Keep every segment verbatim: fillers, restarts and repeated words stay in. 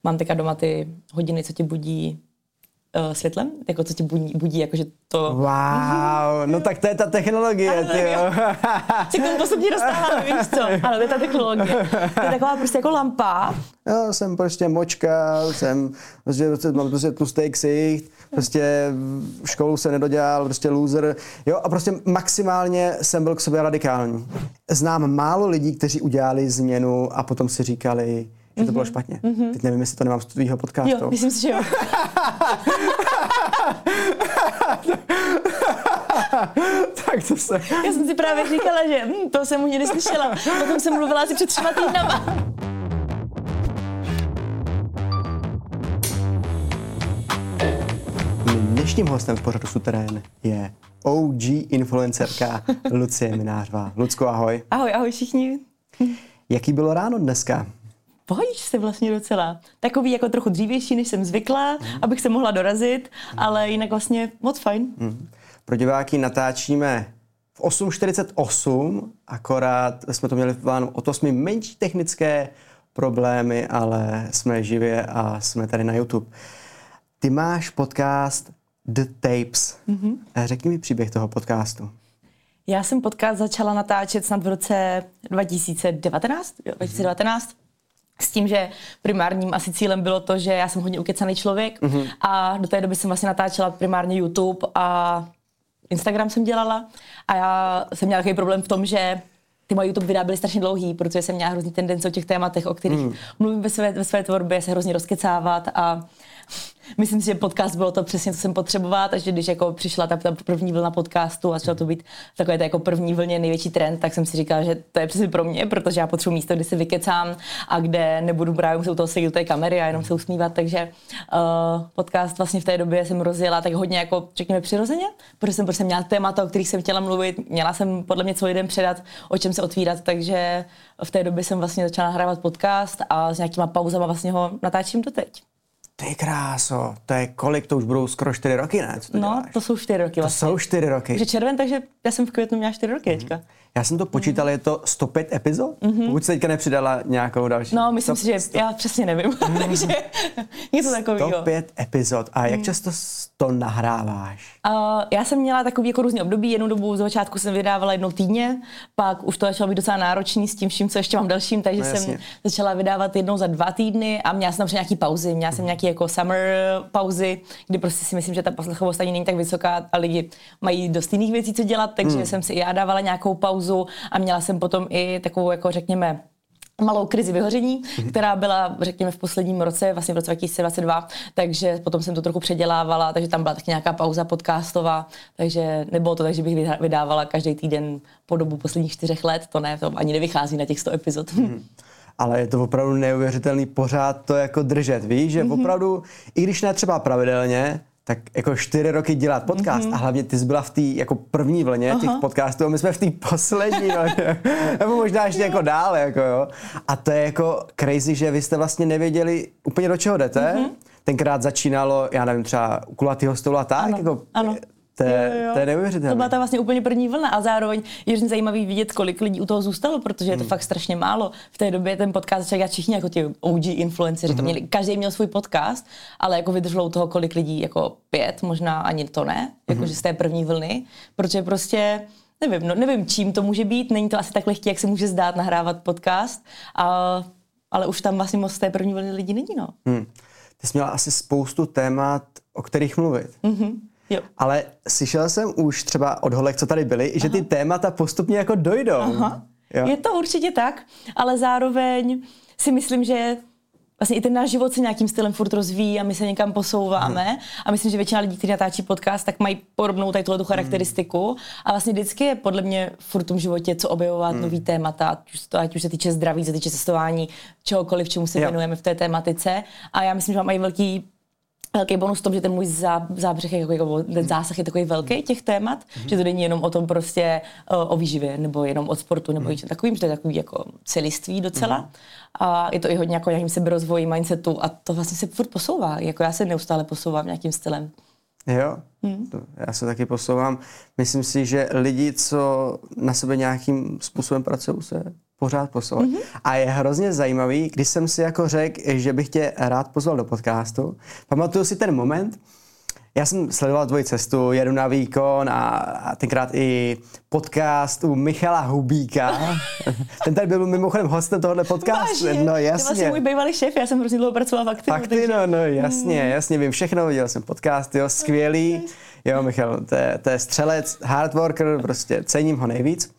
mám teďka doma ty hodiny, co tě budí uh, světlem, jako co tě budí, budí jakože to... Wow, no tak to je ta technologie, ty jo. Se k tomu postupně dostáváme, víš co? Ano, to je ta technologie. To je taková prostě jako lampa. Já jsem prostě močka, jsem, prostě, mám prostě tlustý ksicht, prostě v školu se nedodělal, prostě loser. Jo, a prostě maximálně jsem byl k sobě radikální. Znám málo lidí, kteří udělali změnu a potom si říkali, že to bylo špatně. Mm-hmm. Teď nevím, jestli to nemám z tvýho podcastu. Jo, myslím si, že jo. Tak to se... Já jsem si právě říkala, že hm, to jsem u něj neslyšela. Potom jsem mluvila asi před třema týdnama. Dnešním hostem v pořadu Suterén je O G influencerka Lucie Minářová. Lucko, ahoj. Ahoj, ahoj všichni. Jaký bylo ráno dneska? Pohodíš se vlastně docela. Takový jako trochu dřívější, než jsem zvykla, mm. abych se mohla dorazit, mm. ale jinak vlastně moc fajn. Mm. Pro diváky natáčíme v osm čtyřicet osm, akorát jsme to měli v plánu od osmi menší technické problémy, ale jsme živě a jsme tady na YouTube. Ty máš podcast The Tapes. Mm-hmm. Řekni mi příběh toho podcastu. Já jsem podcast začala natáčet snad v roce dva tisíce devatenáct. Jo, dva tisíce devatenáct. S tím, že primárním asi cílem bylo to, že já jsem hodně ukecaný člověk mm-hmm. a do té doby jsem vlastně natáčela primárně YouTube a Instagram jsem dělala a já jsem měla takový problém v tom, že ty moje YouTube videa byly strašně dlouhý, protože jsem měla hrozný tendence o těch tématech, o kterých mm. mluvím ve své, ve své tvorbě, se hrozně rozkecávat a myslím si, že podcast bylo to přesně, co jsem potřebovala, takže když jako přišla ta, ta první vlna podcastu a začala to být takové to jako první vlně největší trend, tak jsem si říkala, že to je přesně pro mě, protože já potřebuji místo, kde se vykecám a kde nebudu právě muset u toho sedět do té kamery a jenom se usmívat, takže uh, podcast vlastně v té době jsem rozjela tak hodně jako, řekněme, přirozeně, protože jsem prostě měla témata, o kterých jsem chtěla mluvit, měla jsem podle mě co lidem předat, o čem se otvírat, takže v té době jsem vlastně začala nahrávat podcast a s nějakýma pauzama vlastně ho natáčím doteď. Ty kráso, to je kolik, to už budou skoro čtyři roky, ne? Co to no, děláš? to jsou čtyři roky vlastně. To jsou čtyři roky. Takže červen, takže já jsem v květnu měla čtyři roky teďka. Mm. Já jsem to počítal, je to sto pět epizod? Mm-hmm. Pokud jsi teďka nepřidala nějakou další. No, myslím sto, si, že sto... já přesně nevím, mm. takže něco takového. sto pět epizod. A jak mm. často to nahráváš? Uh, já jsem měla takový jako různý období, jednu dobu z začátku jsem vydávala jednou týdně, pak už to začalo být docela náročný s tím vším, co ještě mám dalším, takže no, jsem začala vydávat jednou za dva týdny a měla jsem tam nějaký pauzy, měla jsem nějaký jako summer pauzy, kdy prostě si myslím, že ta poslechovost ani není tak vysoká a lidi mají dost jiných věcí, co dělat, takže mm. jsem si i já dávala nějakou pauzu a měla jsem potom i takovou, jako řekněme, malou krizi vyhoření, mm. která byla, řekněme, v posledním roce, vlastně v roce dva tisíce dvacet dva, takže potom jsem to trochu předělávala, takže tam byla taky nějaká pauza podcastová, takže nebylo to tak, že bych vydávala každý týden po dobu posledních čtyřech let, to ne, to ani nevychází na těch sto epizod. Mm. Ale je to opravdu neuvěřitelný pořád to jako držet, víš, že mm-hmm. opravdu, i když ne třeba pravidelně, tak jako čtyři roky dělat podcast mm-hmm. a hlavně ty jsi byla v té jako první vlně Aha. těch podcastů a my jsme v té poslední vlně, nebo možná ještě jako dál, jako jo. A to je jako crazy, že vy jste vlastně nevěděli úplně do čeho jdete. Mm-hmm. Tenkrát začínalo, já nevím, třeba u kulatýho stolu a tak, ano. jako... Ano. To je, to je neuvěřitelné. To byla ta vlastně úplně první vlna a zároveň je hrozně zajímavý vidět, kolik lidí u toho zůstalo, protože je to hmm. fakt strašně málo. V té době ten podcast začali dělat všichni jako ti O G influenceři, to měli, každý měl svůj podcast, ale jako vydrželo u toho kolik lidí, jako pět, možná ani to ne, jakože z té první vlny, protože prostě nevím, no, nevím, čím to může být, není to asi tak lehké, jak se může zdát nahrávat podcast, a, ale už tam vlastně moc z té první vlny lidí není, no. Hmm. Ty jsi měla asi spoustu témat, o kterých mluvit. Mm-hmm. Jo. Ale slyšela jsem už třeba od holek, co tady byli, Aha. že ty témata postupně jako dojdou. Aha. Jo. Je to určitě tak, ale zároveň si myslím, že vlastně i ten náš život se nějakým stylem furt rozvíjí a my se někam posouváme. Hmm. A myslím, že většina lidí, kteří natáčí podcast, tak mají podobnou tady tuhletu charakteristiku. Hmm. A vlastně vždycky je podle mě furt v tom životě co objevovat hmm. nový témata, ať už, to, ať už se týče zdraví, se týče cestování, čehokoliv, čemu se jo. věnujeme v té tématice. A já myslím, že mám i velký velký bonus v tom, že ten můj zá, zábřeh, jako, jako, ten zásah je takový velký těch témat, mm-hmm. že to není jenom o tom prostě o, o výživě, nebo jenom od sportu, nebo mm-hmm. takovým, že to je takový jako celiství docela. Mm-hmm. A je to i hodně jako nějakým seberozvoji, mindsetu a to vlastně se furt posouvá. Jako já se neustále posouvám nějakým stylem. Jo, mm. to já se taky posouvám. Myslím si, že lidi, co na sebe nějakým způsobem pracují, se pořád posouvat. Mm-hmm. A je hrozně zajímavý, když jsem si jako řekl, že bych tě rád pozval do podcastu. Pamatuju si ten moment, já jsem sledoval tvoji cestu, jedu na výkon a, a tenkrát i podcast u Michala Hubíka. Ten tady byl mimochodem hostem tohohle podcastu. Vážně? No jasně. To vlastně můj bývalý šéf, já jsem hrozně dlouho pracovala v Aktivu. Fakty, takže... no, no jasně, jasně, vím všechno, viděl jsem podcast, jo, skvělý. Jo, Michal, to je, to je střelec, hardworker, prostě cením ho nejvíc.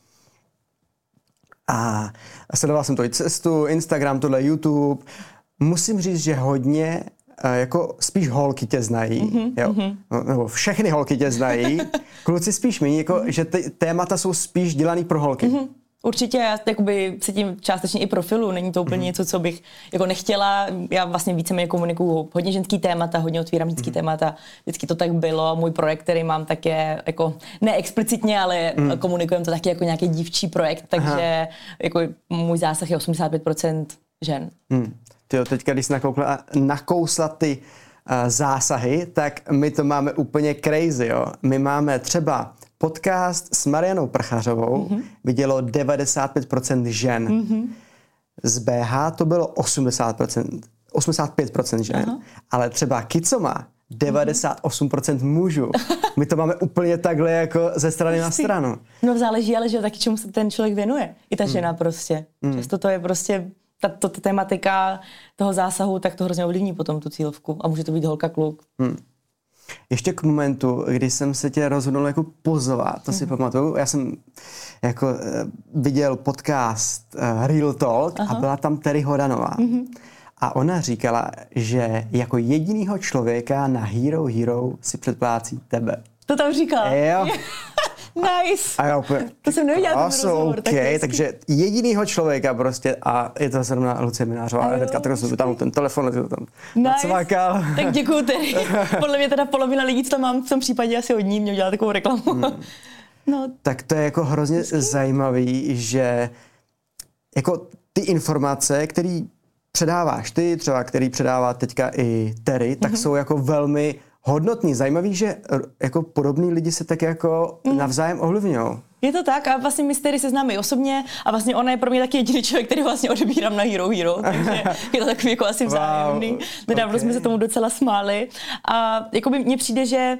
A sledoval jsem tvoji cestu, Instagram, tohle YouTube. Musím říct, že hodně jako spíš holky tě znají, mm-hmm, jo? Mm-hmm. Nebo všechny holky tě znají, kluci spíš méně, jako, mm-hmm. že ty témata jsou spíš dělaný pro holky. Mm-hmm. Určitě, já jakoby se tím částečně i profilu, není to úplně mm-hmm. něco, co bych jako nechtěla, já vlastně víceméně komunikuju hodně ženský témata, hodně otvírám ženský mm-hmm. témata, vždycky to tak bylo, můj projekt, který mám, tak je jako ne explicitně, ale mm. komunikujeme to taky jako nějaký dívčí projekt, takže jako můj zásah je osmdesát pět procent žen. Mm. Tyjo, teďka, když jsi nakoukla, nakousla ty uh, zásahy, tak my to máme úplně crazy, jo. My máme třeba podcast s Marianou Prchařovou, mm-hmm. vidělo devadesát pět procent žen. Mm-hmm. Z bé há to bylo osmdesát procent, osmdesát pět procent žen, aha. ale třeba Kico má devadesát osm procent mužů. My to máme úplně takhle jako ze strany na stranu. No záleží, ale že taky čemu se ten člověk věnuje. I ta žena mm. prostě. Mm. Často to je prostě ta, to, ta tematika toho zásahu, tak to hrozně ovlivní potom tu cílovku. A může to být holka, kluk. Mm. Ještě k momentu, kdy jsem se tě rozhodnul jako pozvat, to mm. si pamatuju. Já jsem jako uh, viděl podcast uh, Real Talk aha. a byla tam Terry Hodanová. Mm-hmm. A ona říkala, že jako jedinýho člověka na Hero Hero si předplácí tebe. To tam říkala? Jo. Nice. A já úplně, to jsem neviděla ten rozhovor. Okay, takže jedinýho člověka prostě a je to zrovna Lucie Minářová. A hnedka tak jsem vytáhnul ten telefon, to tam nacvakal. Tak děkuju tedy. Podle mě teda polovina lidí, co tam mám v tom případě asi od ní, mě udělala takovou reklamu. Hmm. No. Tak to je jako hrozně Vždycky. zajímavý, že jako ty informace, které předáváš ty, třeba který předává teďka i Terry, tak mm-hmm. jsou jako velmi hodnotný. Zajímavý, že jako podobní lidi se tak jako mm. navzájem ovlivňují. Je to tak a vlastně my s Terry se známe osobně a vlastně ona je pro mě taky jediný člověk, který vlastně odebírám na Hero Hero, takže je to takový jako asi vzájemný. Wow. Nedávno okay. jsme se tomu docela smáli a jako by mně přijde, že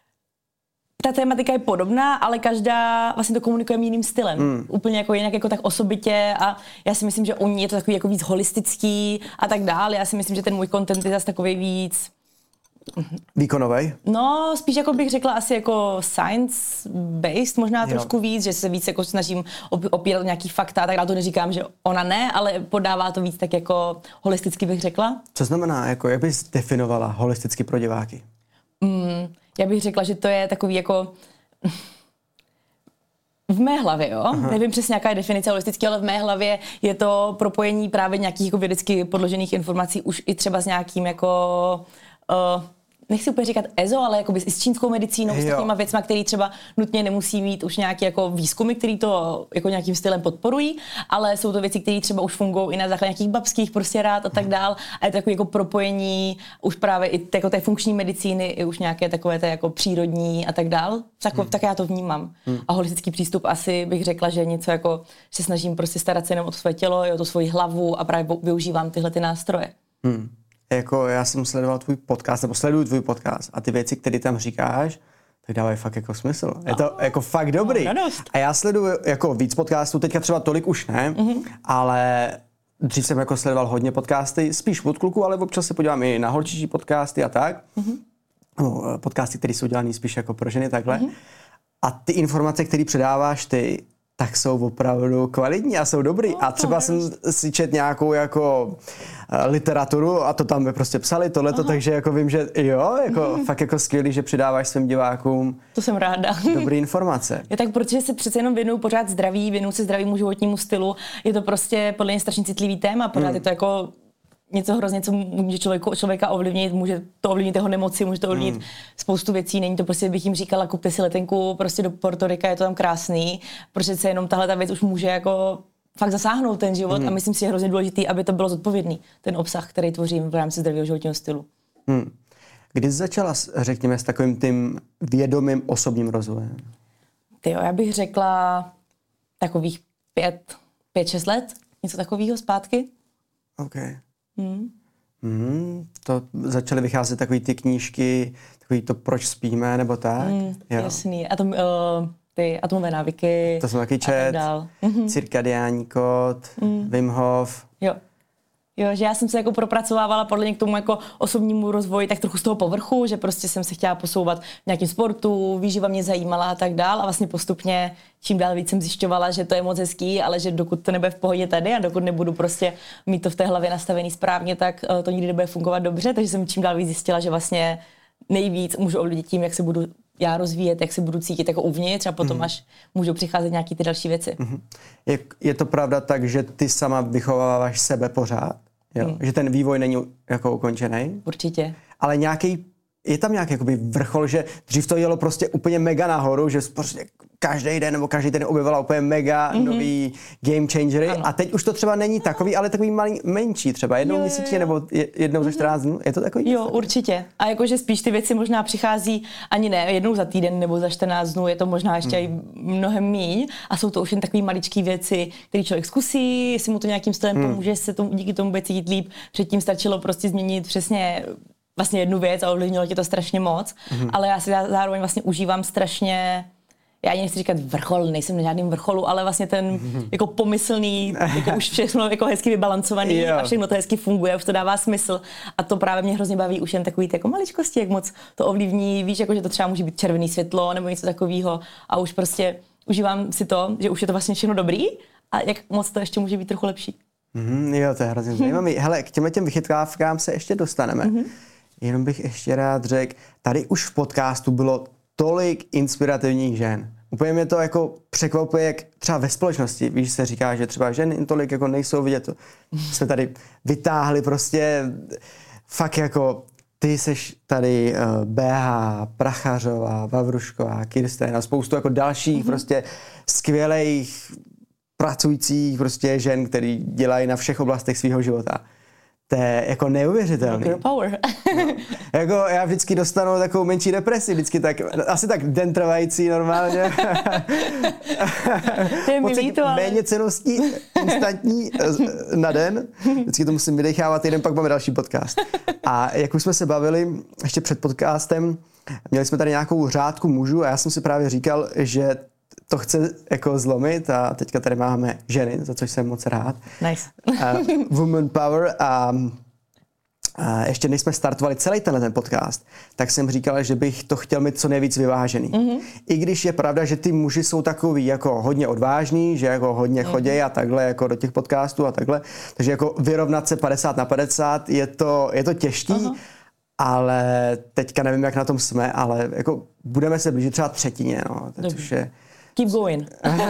ta tématika je podobná, ale každá vlastně to komunikuje jiným stylem. Mm. Úplně jako jinak jako tak osobitě a já si myslím, že u ní je to takový jako víc holistický a tak dál. Já si myslím, že ten můj content je zase takový víc výkonovej? No, spíš jako bych řekla asi jako science-based, možná jo. trošku víc, že se víc jako snažím opírat nějaký fakta, tak já to neříkám, že ona ne, ale podává to víc tak jako holisticky bych řekla. Co znamená, jako jak bys definovala holisticky pro diváky? Mm, já bych řekla, že to je takový jako v mé hlavě, jo? Aha. Nevím přesně, jaká je definice holisticky, ale v mé hlavě je to propojení právě nějakých jako vědecky podložených informací už i třeba s nějakým jako Uh, nechci úplně říkat ezo, ale jakoby i s čínskou medicínou, jo. s takovýma věcma, který třeba nutně nemusí mít už nějaké jako výzkumy, které to jako nějakým stylem podporují, ale jsou to věci, které třeba už fungují i na základě nějakých babských prostě rád a tak dál. A je to takové jako propojení už právě i jako té funkční medicíny, i už nějaké takové té jako přírodní a tak dál. Tak, hmm. tak já to vnímám. Hmm. A holistický přístup asi bych řekla, že něco jako se snažím prostě starat se jenom o to své tělo, o to svoji hlavu a právě využívám tyhle ty nástroje. Hmm. Jako já jsem sledoval tvůj podcast, nebo sleduju tvůj podcast a ty věci, které tam říkáš, tak dávají fakt jako smysl. Je to oh, jako fakt dobrý. No, a já sleduju jako víc podcastů, teďka třeba tolik už ne, mm-hmm. ale dřív jsem jako sledoval hodně podcasty, spíš od kluků, ale občas se podívám i na holčičí podcasty a tak. Mm-hmm. No, podcasty, které jsou dělané spíš jako pro ženy takhle. Mm-hmm. A ty informace, které předáváš ty, tak jsou opravdu kvalitní a jsou dobrý. No, a třeba jsem si čet nějakou jako uh, literaturu a to tam by prostě psali tohleto, takže jako vím, že jo, jako mm. fakt jako skvělý, že přidáváš svým divákům to jsem ráda. dobrý informace. Je tak, protože se přece jenom věnuju pořád zdraví, věnuju se zdravému životnímu stylu. Je to prostě podle mě strašně citlivý téma, pořád mm. je to jako něco hrozně, co může člověku, člověka ovlivnit, může to ovlivnit jeho nemoci, může to ovlivnit mm. spoustu věcí. Není to prostě, bych jim říkala, kupte si letenku prostě do Porto Rika, je to tam krásný, protože se jenom tahle ta věc už může jako fakt zasáhnout ten život mm. a myslím si, že je hrozně důležitý, aby to bylo zodpovědný, ten obsah, který tvořím v rámci zdravého životního stylu. Mm. Kdy jsi začala, řekněme, s takovým tím vědomým osobním rozvojem? Tyjo, já bych řekla takových pět, pět, šest let, něco takového zpátky. OK. Hmm. Hmm, to začaly vycházet takové ty knížky, takový to Proč spíme, nebo tak? Hmm, jo. Jasný. A to, uh, ty atomové návyky. To jsem taky čet. Cirkadiální kód, hmm. Wim Hof. Jo. Jo, že já jsem se jako propracovávala podle mě k tomu jako osobnímu rozvoji tak trochu z toho povrchu, že prostě jsem se chtěla posouvat v nějakém sportu, výživa mě zajímala a tak dál a vlastně postupně čím dál víc jsem zjišťovala, že to je moc hezký, ale že dokud to nebude v pohodě tady a dokud nebudu prostě mít to v té hlavě nastavený správně, tak to nikdy nebude fungovat dobře, takže jsem čím dál víc zjistila, že vlastně nejvíc můžu ovlivnit tím, jak se budu já rozvíjet, jak se budu cítit jako uvnitř a potom mm. až můžou přicházet nějaký ty další věci. Mm. Je, je to pravda tak, že ty sama vychováváš sebe pořád? Jo? Hmm. Že ten vývoj není jako ukončený? Určitě. Ale nějaký, je tam nějaký jakoby vrchol, že dřív to jelo prostě úplně mega nahoru, že prostě každý den nebo každý den objevila úplně mega mm-hmm. nový game changery ano. A teď už to třeba není takový, ale takový malý, menší třeba, jednou jo, měsíčně jo. nebo jednou mm-hmm. za čtrnáct dnů, je to takový? Jo, určitě. A jakože spíš ty věci možná přichází ani ne jednou za týden nebo za čtrnáct dnů, je to možná ještě mm. mnohem míň a jsou to už jen takové maličké věci, které člověk zkusí, jestli mu to nějakým stylem mm. pomůže, se tomu, díky tomu bude cítit líp. Předtím stačilo prostě změnit přesně vlastně jednu věc a ovlivnilo tě to strašně moc, mm. ale já si zároveň vlastně užívám strašně. Já ani nechci říkat vrchol, nejsem na žádném vrcholu, ale vlastně ten mm-hmm. jako pomyslný, jako už všechno jako hezky vybalancovaný yeah. a všechno to hezky funguje, už to dává smysl a to právě mě hrozně baví už jen takový ty jako maličkosti, jak moc to ovlivní, víš, jako že to třeba může být červený světlo nebo něco takového a už prostě užívám si to, že už je to vlastně všechno dobrý a jak moc to ještě může být trochu lepší. Mm-hmm, jo, to je hrozně zajímavý. Hele, k těm těm vychytávkám se ještě dostaneme. Mm-hmm. Jenom bych ještě rád řekl, tady už v podcastu bylo tolik inspirativních žen. Úplně mě to jako překvapuje, jak třeba ve společnosti, víš, se říká, že třeba ženy tolik jako nejsou vidět. To jsme tady vytáhli prostě fakt jako ty seš tady uh, B H, Prachařová, Vavrušková, Kirsten a spoustu jako dalších mm-hmm. prostě skvělých pracujících prostě žen, který dělají na všech oblastech svého života. To je jako neuvěřitelný. Girl power. No. Jako já vždycky dostanu takovou menší depresi, vždycky tak, asi tak den trvající normálně. To je milý to, ale... Méně cenností, instantní na den. Vždycky to musím vydechávat, jeden pak máme další podcast. A jak už jsme se bavili ještě před podcastem, měli jsme tady nějakou řádku mužů a já jsem si právě říkal, že to chce jako zlomit a teďka tady máme ženy, za což jsem moc rád. Nice. uh, woman power a, a ještě než jsme startovali celý tenhle ten podcast, tak jsem říkal, že bych to chtěl mít co nejvíc vyvážený. Mm-hmm. I když je pravda, že ty muži jsou takový jako hodně odvážní, že jako hodně mm-hmm. chodějí a takhle jako do těch podcastů a takhle, takže jako vyrovnat se padesát na padesát je to, je to těžký. Uh-huh. Ale teďka nevím, jak na tom jsme, ale jako budeme se blížit třeba třetině, no, což je... Keep going.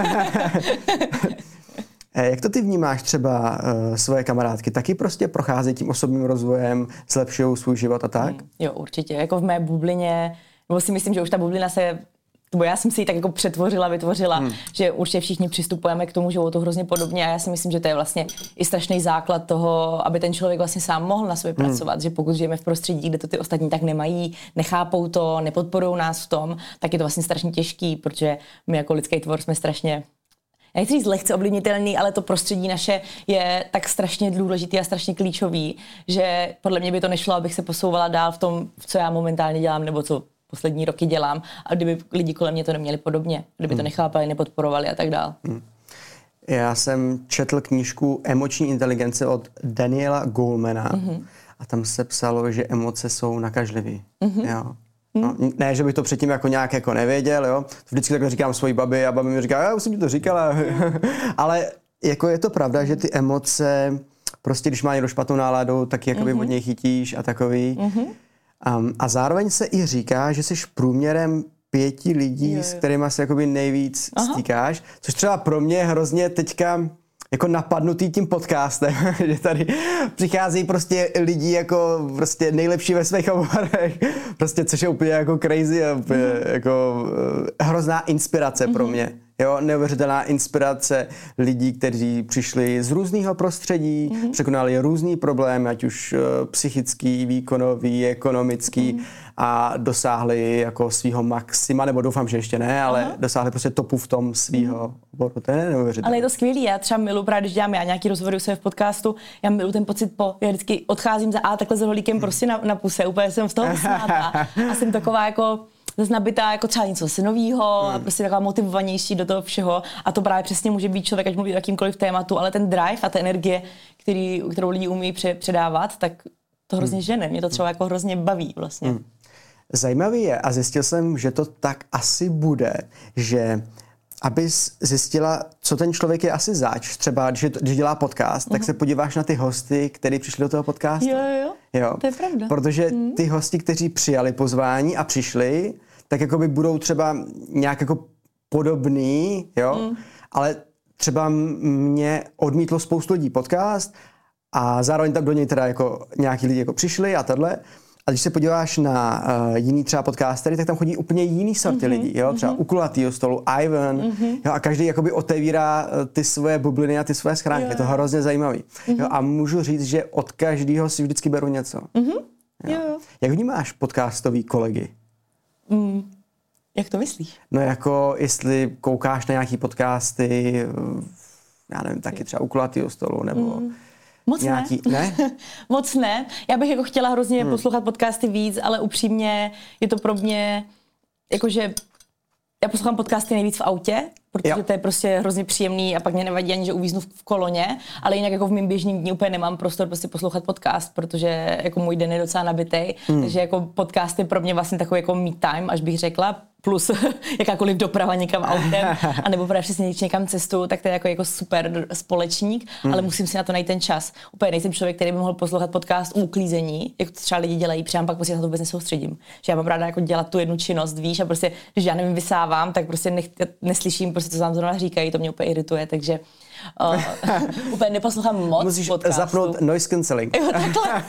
Jak to ty vnímáš třeba uh, svoje kamarádky? Taky prostě procházejí tím osobním rozvojem, zlepšují svůj život a tak? Mm, jo, určitě. Jako v mé bublině, nebo si myslím, že už ta bublina se, nebo já jsem si ji tak jako přetvořila, vytvořila, hmm. že určitě všichni přistupujeme k tomu životu hrozně podobně a já si myslím, že to je vlastně i strašný základ toho, aby ten člověk vlastně sám mohl na sobě hmm. pracovat, že pokud žijeme v prostředí, kde to ty ostatní tak nemají, nechápou to, nepodporují nás v tom, tak je to vlastně strašně těžký, protože my jako lidský tvor jsme strašně, já nechci říct lehce ovlivnitelný, ale to prostředí naše je tak strašně důležitý a strašně klíčový, že podle mě by to nešlo, abych se posouvala dál v tom, co já momentálně dělám, nebo co poslední roky dělám, a kdyby lidi kolem mě to neměli podobně, kdyby to nechápali, nepodporovali a tak dál. Hmm. Já jsem četl knížku Emoční inteligence od Daniela Golemana mm-hmm. a tam se psalo, že emoce jsou nakažlivý. Mm-hmm. Jo. No, ne, že bych to předtím jako nějak jako nevěděl, jo. Vždycky takhle říkám svojí babi a babi mi říká, já už jsem ti to říkala. Ale jako je to pravda, že ty emoce, prostě když má někdo špatnou náladu, tak jakoby mm-hmm. od něj chytíš a takový. Mm-hmm. Um, a zároveň se i říká, že jsi průměrem pěti lidí, jo, jo. s kterými se jakoby nejvíc Aha. stýkáš, což třeba pro mě hrozně teďka jako napadnutý tím podcastem, že tady přichází prostě lidi jako prostě nejlepší ve svých oborech, prostě což je úplně jako crazy a úplně mm. jako hrozná inspirace mm-hmm. pro mě. Jo, neuvěřitelná inspirace lidí, kteří přišli z různého prostředí, mm-hmm. překonali různý problémy, ať už uh, psychický, výkonový, ekonomický mm-hmm. a dosáhli jako svýho maxima, nebo doufám, že ještě ne, ale Aha. dosáhli prostě topu v tom svýho oboru. Mm-hmm. To je neuvěřitelné. Ale je to skvělý, já třeba miluji právě, když dělám já nějaký rozhovor u sebe v podcastu, já miluji ten pocit po, já vždycky odcházím za A takhle s rohlíkem mm. prostě na, na puse, úplně jsem z toho snadá a jsem taková jako zase nabitá jako třeba něco zase novýho mm. a prostě taková motivovanější do toho všeho a to právě přesně může být člověk, ať mluví o jakýmkoliv tématu, ale ten drive a ta energie, který, kterou lidi umí předávat, tak to hrozně mm. žene, mě to třeba jako hrozně baví vlastně. Mm. Zajímavý je a zjistil jsem, že to tak asi bude, že abys zjistila, co ten člověk je asi zač, třeba když, je to, když dělá podcast, uh-huh. tak se podíváš na ty hosty, kteří přišli do toho podcastu. Jo, jo, jo, to je pravda. Protože ty hosti, kteří přijali pozvání a přišli, tak jakoby budou třeba nějak jako podobný, jo, mm. ale třeba mě odmítlo spoustu lidí podcast a zároveň tam do něj teda jako nějaký lidi jako přišli a tohle. A když se podíváš na uh, jiný třeba podcastery, tak tam chodí úplně jiný sorty mm-hmm, lidí, jo? Třeba mm-hmm. u kulatýho stolu, Ivan, mm-hmm. jo? A každý jakoby otevírá uh, ty svoje bubliny a ty svoje schránky. Jo. Je to hrozně zajímavý. Mm-hmm. Jo? A můžu říct, že od každého si vždycky beru něco. Mm-hmm. Jo. Jo. Jak vnímáš podcastový kolegy? Mm. Jak to myslíš? No jako, jestli koukáš na nějaký podcasty, já nevím, taky třeba u kulatýho stolu, nebo... Mm. Moc nějaký, ne. ne? Moc ne. Já bych jako chtěla hrozně hmm. poslouchat podcasty víc, ale upřímně je to pro mě, jakože já poslouchám podcasty nejvíc v autě, protože jo. to je prostě hrozně příjemný a pak mě nevadí ani, že uvíznu v koloně, ale jinak jako v mým běžným dní úplně nemám prostor prostě poslouchat podcast, protože jako můj den je docela nabitej, hmm. takže jako podcast je pro mě vlastně takový jako me time, až bych řekla, plus jakákoliv doprava někam autem, anebo právě přesně někam cestu, tak to je jako, jako super společník, hmm. ale musím si na to najít ten čas. Úplně nejsem člověk, který by mohl poslouchat podcast u uklízení, jak to třeba lidi dělají, protože pak prostě na to vůbec nesoustředím. Že já mám ráda jako dělat tu jednu činnost, víš, a prostě, když já nevím, vysávám, tak prostě nech, neslyším, prostě, co tam zrovna říkají, to mě úplně irituje, takže uh, úplně neposlouchám moc Musíš podcastu. zapnout noise cancelling. Jo, takhle.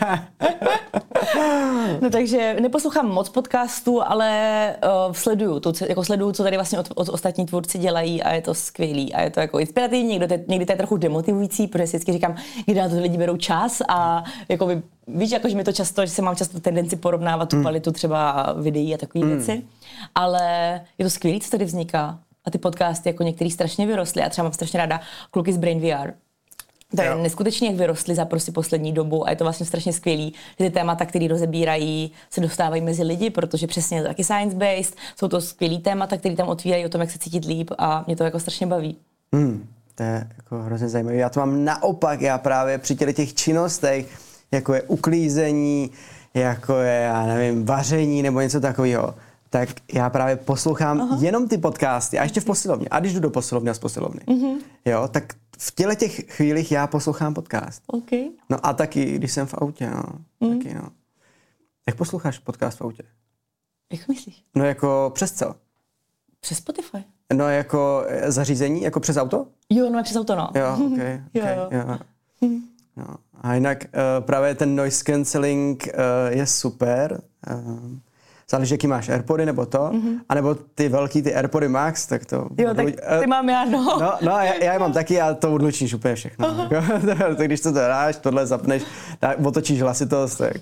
No takže neposlouchám moc podcastů, ale uh, sleduju, to, jako sleduju, co tady vlastně od, od ostatní tvůrci dělají a je to skvělý a je to jako inspirativní, někdy, někdy to je trochu demotivující, protože si vždycky říkám, kdy na to lidi berou čas a jako by, víš, jako, že mi to často, že se mám často tendenci porovnávat tu mm. kvalitu třeba videí a takové mm. věci, ale je to skvělý, co tady vzniká. A ty podcasty jako některý strašně vyrostly. Já třeba mám strašně ráda kluky z Brain V R. To je neskutečně, jak vyrostly za prostě poslední dobu a je to vlastně strašně skvělý, že ty témata, které rozebírají, se dostávají mezi lidi, protože přesně je to taky science-based, jsou to skvělý témata, které tam otvírají o tom, jak se cítit líp a mě to jako strašně baví. Hmm, to je jako hrozně zajímavé. Já to mám naopak, já právě při těch činnostech, jako je uklízení, jako je, já nevím, vaření nebo něco takového, tak já právě poslouchám Aha. jenom ty podcasty a ještě v posilovně. A když jdu do posilovny a z posilovny, mm-hmm. jo, tak v těle těch chvílích já poslouchám podcast. Okay. No a taky, když jsem v autě, no. Mm. Taky, no. Jak posloucháš podcast v autě? Jak myslíš? No jako přes co? Přes Spotify. No jako zařízení, jako přes auto? Jo, no přes auto, no. Jo, ok, okay, jo. jo. No. A jinak uh, právě ten noise cancelling uh, je super. Uh, Záleží, jaký máš AirPody nebo to, mm-hmm. anebo ty velký, ty AirPody Max, tak to... Jo, tak ty mám já, no. No, no já, já je mám taky a to odlučíš úplně všechno. Uh-huh. Tak když to dáš, tohle zapneš, tak otočíš hlasitost, tak...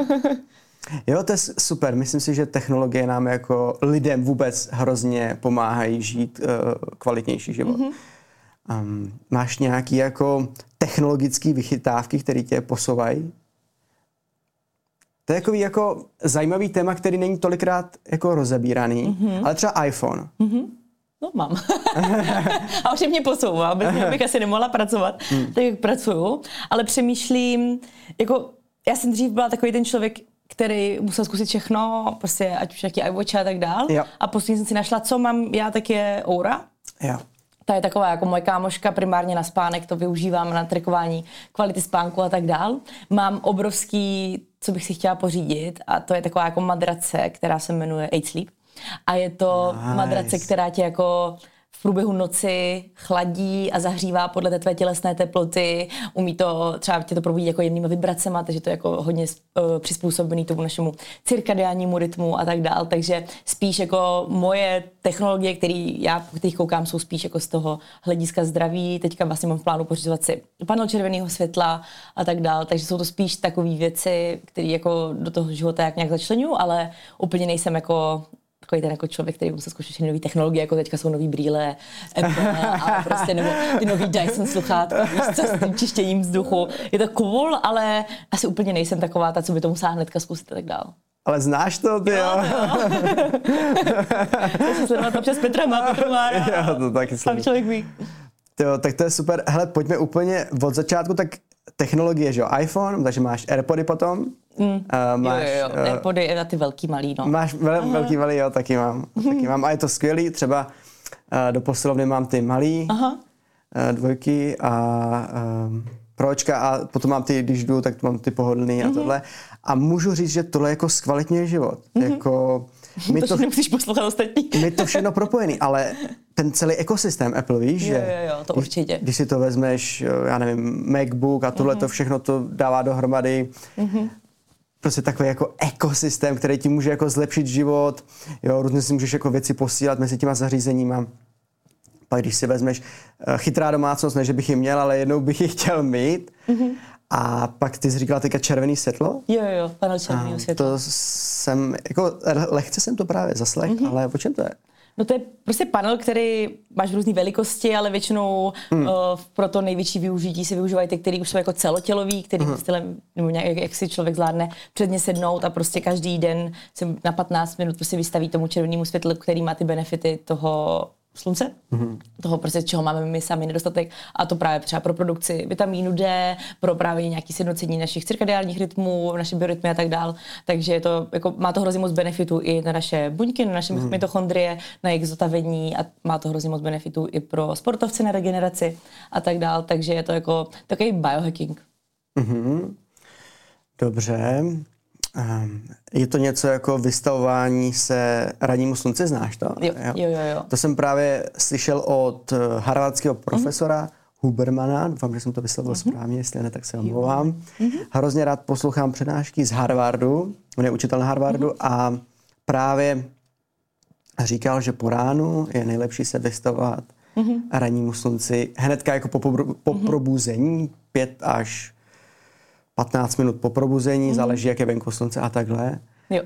Jo, to je super. Myslím si, že technologie nám jako lidem vůbec hrozně pomáhají žít uh, kvalitnější život. Mm-hmm. Um, máš nějaký jako technologický vychytávky, které tě posouvají? To je takový jako zajímavý téma, který není tolikrát jako rozebíraný, mm-hmm. ale třeba iPhone. Mm-hmm. No mám. A už mě posouvá, bez něho bych asi nemohla pracovat, mm. tak jak pracuju, ale přemýšlím, jako já jsem dřív byla takový ten člověk, který musel zkusit všechno, prostě ať už nějaký iWatch a tak dál. Jo. A postupně jsem si našla, co mám já, tak je Oura. Jo. Ta je taková jako moje kámoška, primárně na spánek, to využívám na trackování kvality spánku a tak dál. Mám obrovský, co bych si chtěla pořídit, a to je taková jako madrace, která se jmenuje Eight Sleep. A je to nice. madrace, která tě jako v průběhu noci chladí a zahřívá podle té tvé tělesné teploty, umí to, třeba tě to probudí jako jemnýma vibracema, takže to je jako hodně uh, přizpůsobený tomu našemu cirkadiánnímu rytmu a tak dál, takže spíš jako moje technologie, které já po kterých koukám, jsou spíš jako z toho hlediska zdraví, teďka vlastně mám v plánu pořizovat si panel červeného světla a tak dál, takže jsou to spíš takové věci, které jako do toho života jak nějak začlenuju, ale úplně nejsem jako takový ten jako člověk, který musí zkoušet všechny nové technologie, jako teďka jsou nový brýle, Apple a prostě nebo ty nový Dyson sluchátka, víš co, s tím čištěním vzduchu. Je to cool, ale asi úplně nejsem taková ta, co by to musela hnedka zkusit a tak dál. Ale znáš to, ty jo? Jo, jo. Sledovat to přes Petra má, Petr má. Jo, to taky sleduji. Člověk ví. Jo, tak to je super. Hele, pojďme úplně od začátku, tak technologie, že jo, iPhone, takže máš AirPody potom. Mm. Uh, máš, jo, jo, jo. Uh, AirPody a ty velký malý, no. Máš vel, velký malý, jo, taky mám. Taky mám a je to skvělý, třeba uh, do posilovny mám ty malý, uh, dvojky a um, pročka a potom mám ty, když jdu, tak mám ty pohodlný a tohle. A můžu říct, že tohle jako zkvalitňuje život. Mm-hmm. Jako, my to, to nemusíš poslouchat ostatní. My to všechno propojený, ale ten celý ekosystém Apple, víš, jo, že jo, jo, to určitě. Když, když si to vezmeš, já nevím, MacBook a tohle mm-hmm. to všechno to dává dohromady. Mm-hmm. Prostě takový jako ekosystém, který ti může jako zlepšit život. Jo, různě si můžeš jako věci posílat mezi těma zařízeníma. Pak když si vezmeš chytrá domácnost, ne, že bych ji měl, ale jednou bych ji chtěl mít. Mm-hmm. A pak ty jsi říkala teďka červený světlo? Jo, jo, panel červeného světla. To jsem, jako lehce jsem to právě zaslech, mm-hmm. ale o čem to je? No to je prostě panel, který máš v různé velikosti, ale většinou mm. uh, pro to největší využití si využívají ty, který už jsou jako celotělový, který mm. stylem, nebo nějak, jak si člověk zvládne předně sednout a prostě každý den se na patnáct minut prostě vystaví tomu červenému světlu, který má ty benefity toho slunce, mm-hmm. toho prostě, čeho máme my sami nedostatek a to právě třeba pro produkci vitamínu D, pro právě nějaké sjednocení našich cirkadiálních rytmů, naše biorytmy a tak dál. Takže je to, jako, má to hrozně moc benefitů i na naše buňky, na naše mm-hmm. mitochondrie, na jejich zotavení a má to hrozně moc benefitů i pro sportovce na regeneraci a tak dál. Takže je to jako takový biohacking. Mm-hmm. Dobře. Um, je to něco jako vystavování se rannímu slunci, znáš to? Jo, jo, jo, jo. To jsem právě slyšel od harvardského profesora mm-hmm. Hubermana, doufám, že jsem to vyslovil mm-hmm. správně, jestli ne, tak se omlouvám. Mm-hmm. Hrozně rád poslouchám přednášky z Harvardu, on je učitel na Harvardu mm-hmm. a právě říkal, že po ránu je nejlepší se vystavovat mm-hmm. rannímu slunci hnedka jako po, pobru, po mm-hmm. probuzení, pět až patnáct minut po probuzení, mm-hmm. záleží, jak je venku slunce a takhle. Jo.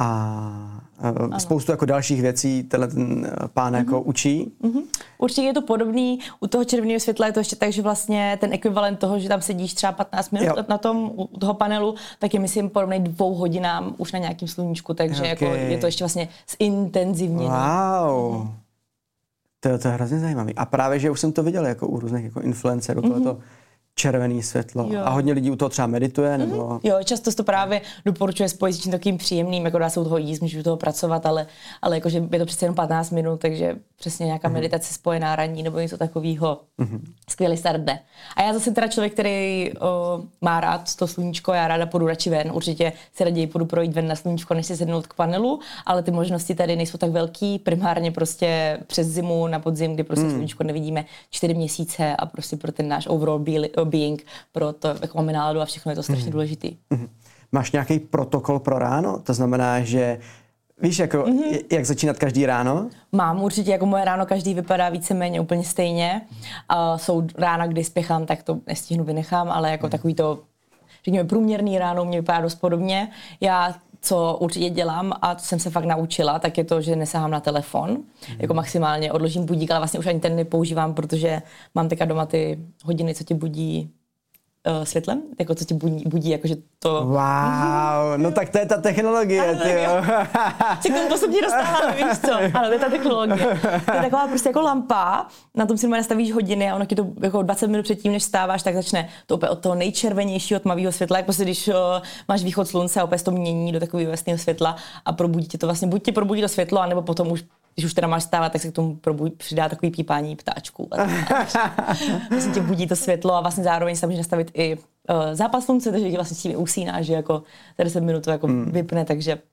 A uh, spoustu jako dalších věcí tenhle ten pán mm-hmm. jako učí. Mm-hmm. Určitě je to podobný. U toho červeného světla je to ještě tak, že vlastně ten ekvivalent toho, že tam sedíš třeba patnáct minut jo. na tom, u toho panelu, tak je myslím podobný dvou hodinám už na nějakým sluníčku, takže okay. jako je to ještě vlastně zintenzivněné. Wow. Mm-hmm. To, to je hrozně zajímavý. A právě, že už jsem to viděl jako u různých jako influencerů, mm-hmm. tohleto červený světlo. Jo. A hodně lidí u toho třeba medituje, nebo... Mm-hmm. Jo, často to právě doporučuje spojit s tím takým příjemným, jako dá se u toho jíst, můžeš u toho pracovat, ale, ale jakože je to přece jenom patnáct minut, takže přesně nějaká mm-hmm. meditace spojená ranní nebo něco takového. Mm-hmm. Skvělý start dne. A já zase teda člověk, který o, má rád to sluníčko, já ráda půjdu radši ven. Určitě si raději půjdu projít ven na sluníčko, než si sednout k panelu, ale ty možnosti tady nejsou tak velký. Primárně prostě přes zimu, na podzim, kdy prostě mm. sluníčko nevidíme čtyři měsíce a prostě pro ten náš overall being, pro to, jak máme náladu a všechno je to strašně mm. důležitý. Mm. Máš nějaký protokol pro ráno? To znamená, že víš, jako, mm-hmm. jak začínat každý ráno? Mám určitě, jako moje ráno každý vypadá víceméně úplně stejně. Uh, jsou rána, kdy spěchám, tak to nestihnu, vynechám, ale jako mm. takový to, řekněme, průměrný ráno mě vypadá dost podobně. Já, co určitě dělám a to jsem se fakt naučila, tak je to, že nesahám na telefon. Mm. Jako maximálně odložím budík, ale vlastně už ani ten nepoužívám, protože mám teďka doma ty hodiny, co tě budí Uh, světlem, jako co ti budí, budí, jakože to... Wow, no tak to je ta technologie, ty jo. Se k tomu postupně dostáváme, víš co? Ano, to je ta technologie. To je taková prostě jako lampa, na tom si nastavíš hodiny a ono ti to jako dvacet minut předtím, než vstáváš, tak začne to opět od toho nejčervenějšího tmavého světla, jak prostě když uh, máš východ slunce a opět to mění do takového jasného světla a probudí tě to vlastně, buď tě probudí to světlo, anebo potom už když už teda máš stávat, tak se k tomu probudí, přidá takový pípání ptáčků. Vlastně tě budí to světlo a vlastně zároveň se může nastavit i uh, zápas slunce, takže tě vlastně s tím usíná, že jako deset minut to jako mm. vypne, takže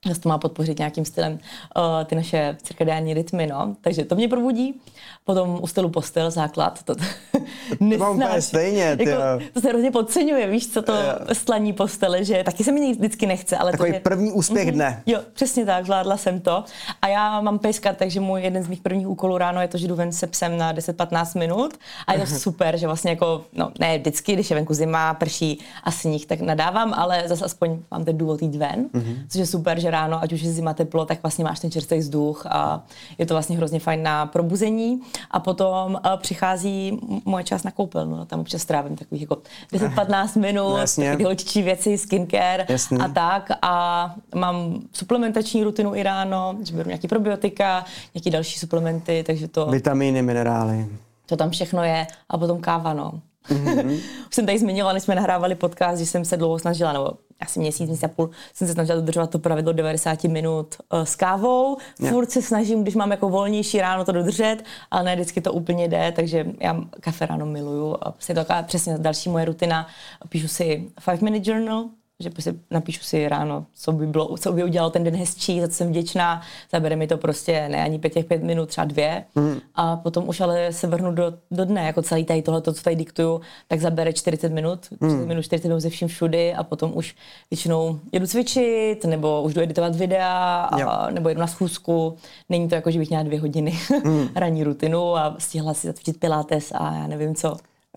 Zase to má podpořit nějakým stylem uh, ty naše cirkadiální rytmy, no. Takže to mě probudí. Potom u stylu postel, základ. To, to, to mám úplně stejně, jako, to se hrozně podceňuje, víš, co to stlaní postele, že taky se mi vždycky nechce. Ale takový to, že, první úspěch mm-hmm, dne. Jo, přesně tak, zvládla jsem to. A já mám pejska, takže můj jeden z mých prvních úkolů ráno je to, že jdu ven se psem na deset patnáct minut. A je to super, že vlastně jako, no ne vždycky, když je venku zima, prší a sníh, tak nadávám, ale zase aspoň mám ten důvod jít ven, mm-hmm, což je super, že ráno, ať už je zima teplo, tak vlastně máš ten čerstvý vzduch a je to vlastně hrozně fajn na probuzení. A potom uh, přichází moje čas na koupelnu, no, tam občas strávím takových jako deset patnáct minut, takové holčičí věci, skincare Jasný. a tak. A mám suplementační rutinu i ráno, že beru nějaký probiotika, nějaký další suplementy, takže to... Vitamíny, minerály. To tam všechno je a potom káva, no. Mm-hmm. Už jsem tady zmiňovala, než jsme nahrávali podcast, že jsem se dlouho snažila, nebo asi měsíc, měsíc a půl, jsem se snažila dodržovat to pravidlo devadesát minut uh, s kávou. Yeah. Furt se snažím, když mám jako volnější ráno to dodržet, ale ne vždycky to úplně jde, takže já kafe ráno miluju. A prostě to taková přesně další moje rutina. Píšu si five minute journal, že prostě napíšu si ráno, co by bylo, co by udělal ten den hezčí, za co jsem vděčná. Zabere mi to prostě ne ani pět těch pět minut, třeba dvě. Mm. A potom už ale se vrhnu do, do dne, jako celý tady tohleto, co tady diktuju, tak zabere čtyřicet minut, čtyřicet minut, čtyřicet minut ze vším všudy a potom už většinou jedu cvičit, nebo už jdu editovat videa, a, nebo jedu na schůzku. Není to jako, že bych měla dvě hodiny mm. ranní rutinu a stihla si zacvičit pilates a já nevím co.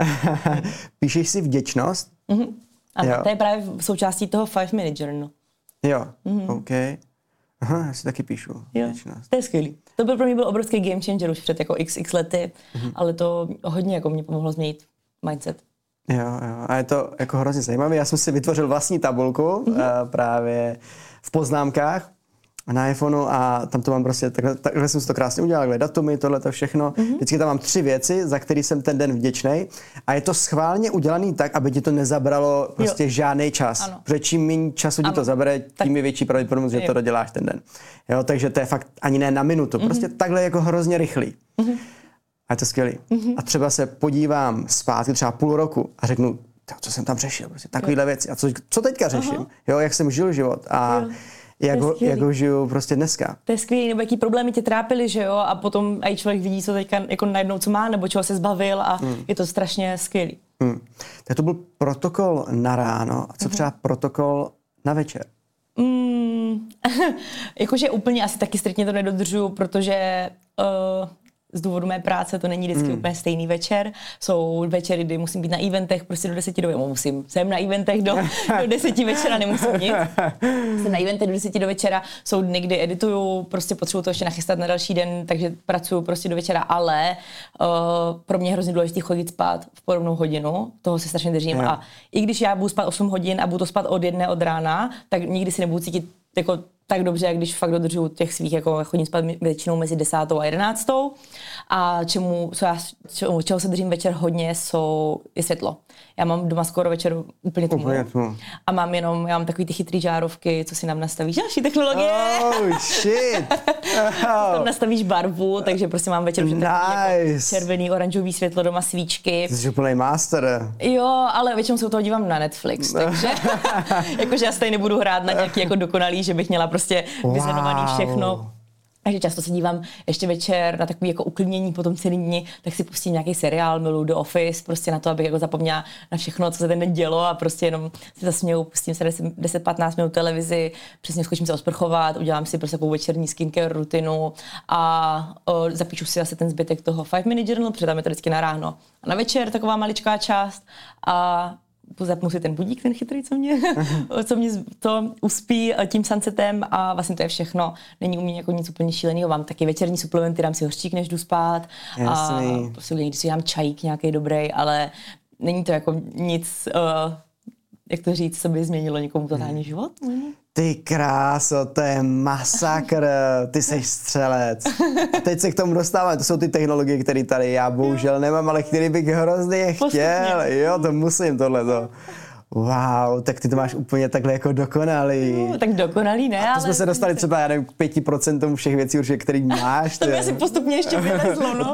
Píšeš si vděčnost? Mm-hmm. Ano, to je právě součástí toho five minute journal. Jo, mm-hmm. OK. Aha, já si taky píšu. Jo, to je skvělý. To byl pro mě byl obrovský game changer už před jako x, x lety, mm-hmm, ale to hodně jako mě pomohlo změnit mindset. Jo, jo, a je to jako hrozně zajímavé. Já jsem si vytvořil vlastní tabulku mm-hmm, uh, právě v poznámkách na iPhoneu a tam to mám prostě, takhle, takhle jsem si to krásně udělal, takhle datumy, tohle to všechno. Mm-hmm. Vždycky tam mám tři věci, za které jsem ten den vděčnej a je to schválně udělaný tak, aby ti to nezabralo prostě jo. žádný čas. Ano. Protože čím méně času ti to zabere, tím je větší pravděpodobnost, že jo. to doděláš ten den. Jo, takže to je fakt ani ne na minutu, mm-hmm, prostě takhle jako hrozně rychlý. Mm-hmm. A je to skvělý. Mm-hmm. A třeba se podívám zpátky třeba půl roku a řeknu, co jsem tam řešil, prostě takovýhle jo. věci. A co, co teďka řeším? Aha. Jo, jak jsem žil život a jo. Jak ho, jak ho žiju prostě dneska. To je skvělý, nebo jaký problémy tě trápily, že jo, a potom i člověk vidí, co teďka jako najednou co má, nebo čeho se zbavil a mm. je to strašně skvělý. Mm. Tak to byl protokol na ráno, a co třeba mm. protokol na večer? Mm. Jakože úplně asi taky striktně to nedodržuju, protože uh, z důvodu mé práce to není vždycky mm. úplně stejný večer. Jsou večery, kdy musím být na eventech prostě do deseti do večera. Musím, jsem na eventech do, do deseti večera, nemusím nic. Jsem na eventech do deseti do večera. Jsou dny, kdy edituju, prostě potřebuju to ještě nachystat na další den, takže pracuju prostě do večera, ale uh, pro mě je hrozně důležité chodit spát v podobnou hodinu. Toho se strašně držím. Yeah. A i když já budu spát osm hodin a budu to spát od jedné od rána, tak nikdy si nebudu cítit jako tak dobře, jak když fakt dodržuju těch svých, jako chodím spát většinou mezi desátou a jedenáctou. A čemu, co já, čemu, čeho se držím večer hodně, jsou, je světlo. Já mám doma skoro večer úplně tmu. A mám jenom, já mám takový ty chytrý žárovky, co si nám nastavíš, další technologie. Oh shit! Oh. Tam nastavíš barvu, takže prostě mám večer nice. Jako červený, oranžový světlo, doma svíčky. Jsi úplný master. Jo, ale většinou se u toho dívám na Netflix, takže jakože já stejně nebudu hrát na nějaký jako dokonalý, že bych měla prostě wow. vyzenovaný všechno. Takže často se dívám ještě večer na takové jako uklidnění potom celý dny, tak si pustím nějaký seriál, miluju The Office, prostě na to, abych jako zapomněla na všechno, co se ten den dělo a prostě jenom si zasměju, pustím se deset patnáct minut televizi, přesně skočím se osprchovat, udělám si prostě takovou večerní skincare rutinu a o, zapíšu si zase ten zbytek toho five minute journal, protože tam je to vždycky na ráno a na večer taková maličká část a zapnu si ten budík, ten chytrý, co mě, co mě to uspí tím sunsetem a vlastně to je všechno. Není u mě jako nic úplně šíleného. Mám taky večerní suplementy, dám si hořčík, než jdu spát. Jasný. A prostě když si dám čajík nějaký dobrý, ale není to jako nic, uh, jak to říct, co by změnilo někomu totální život. Ty kráso, to je masakr, ty seš střelec. A teď se k tomu dostávám, to jsou ty technologie, které tady já bohužel nemám, ale který bych hrozně chtěl. Jo, to musím tohleto. Wow, tak ty to máš úplně takhle jako dokonalý. No, tak dokonalý ne, a to ale... jsme se dostali třeba, já nevím, k pěti procentům všech věcí určitě, který máš. To by asi postupně ještě vylezlo, no.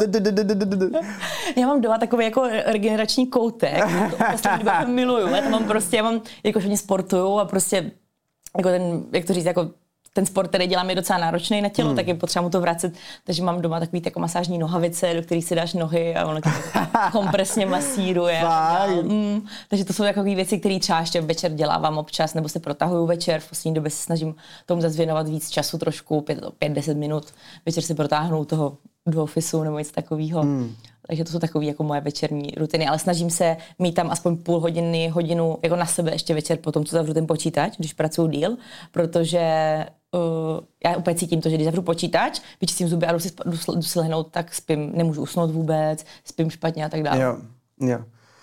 Já mám doma takový jako regenerační koutek, to miluju, já to mám prostě, já mám, jakož hodně sportuju a prostě jako ten, jak to říct, jako ten sport, který dělám, je docela náročný na tělo, hmm. tak je potřeba mu to vracet, takže mám doma takový jako masážní nohavice, do kterých si dáš nohy a ono tě kompresně masíruje. A mm, takže to jsou takové věci, které třeba ještě večer dělávám občas, nebo se protahuju večer, v poslední době se snažím tomu zase věnovat víc času, trošku pět deset minut, večer si protáhnu toho do ofisu nebo něco takového. Hmm. Takže to jsou takové jako moje večerní rutiny, ale snažím se mít tam aspoň půl hodiny, hodinu jako na sebe ještě večer po tom, co zavřu ten počítač, když pracuji díl, protože uh, já úplně cítím to, že když zavřu počítač, vyčistím zuby a jdu si, jdu si lehnout, tak spím, nemůžu usnout vůbec, spím špatně a tak dále. Jo, jo.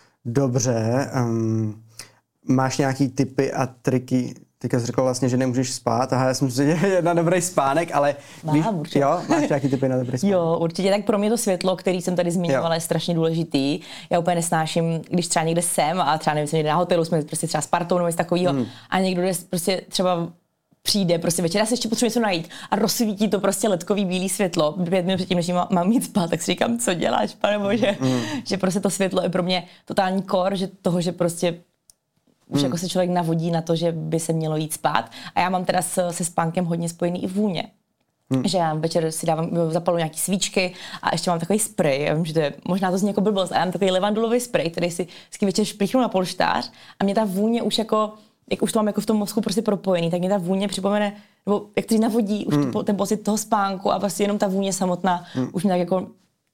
Dobře. Um, máš nějaký tipy a triky? Teďka jsi řekl vlastně, že nemůžeš spát. Aha, já jsem si že na dobrý spánek, ale Mám, víš, určitě. Jo, máš nějaký tipy na dobrý spánek? Jo, určitě. Tak pro mě to světlo, který jsem tady zmiňovala, je strašně důležitý. Já úplně nesnáším, když třeba někde jsem a třeba nevím, jsem někde na hotelu, jsme prostě třeba s partou nebo něco takového hmm. a někdo jde prostě třeba přijde prostě večer, já si ještě potřebuji něco najít a rozsvítí to prostě ledkový bílý světlo. Pět minut předtím, než mám, mám jít spát, tak si říkám, co děláš, panebože, mm. že prostě to světlo je pro mě totální kor, že toho, že prostě už mm. jako se člověk navodí na to, že by se mělo jít spát. A já mám teda se, se spánkem hodně spojený i vůně. Hmm. Že já večer si dávám, zapalu nějaký svíčky a ještě mám takový sprej. Já vím, že to je, možná to zní jako blbost, a já mám takový levandulový sprej, který si vždycky večer šplichnu na polštář a mě ta vůně už jako, jak už to mám jako v tom mozku prostě propojený, tak mě ta vůně připomene, nebo jak to navodí už hmm. to, ten pocit toho spánku a vlastně jenom ta vůně samotná hmm. už mě tak jako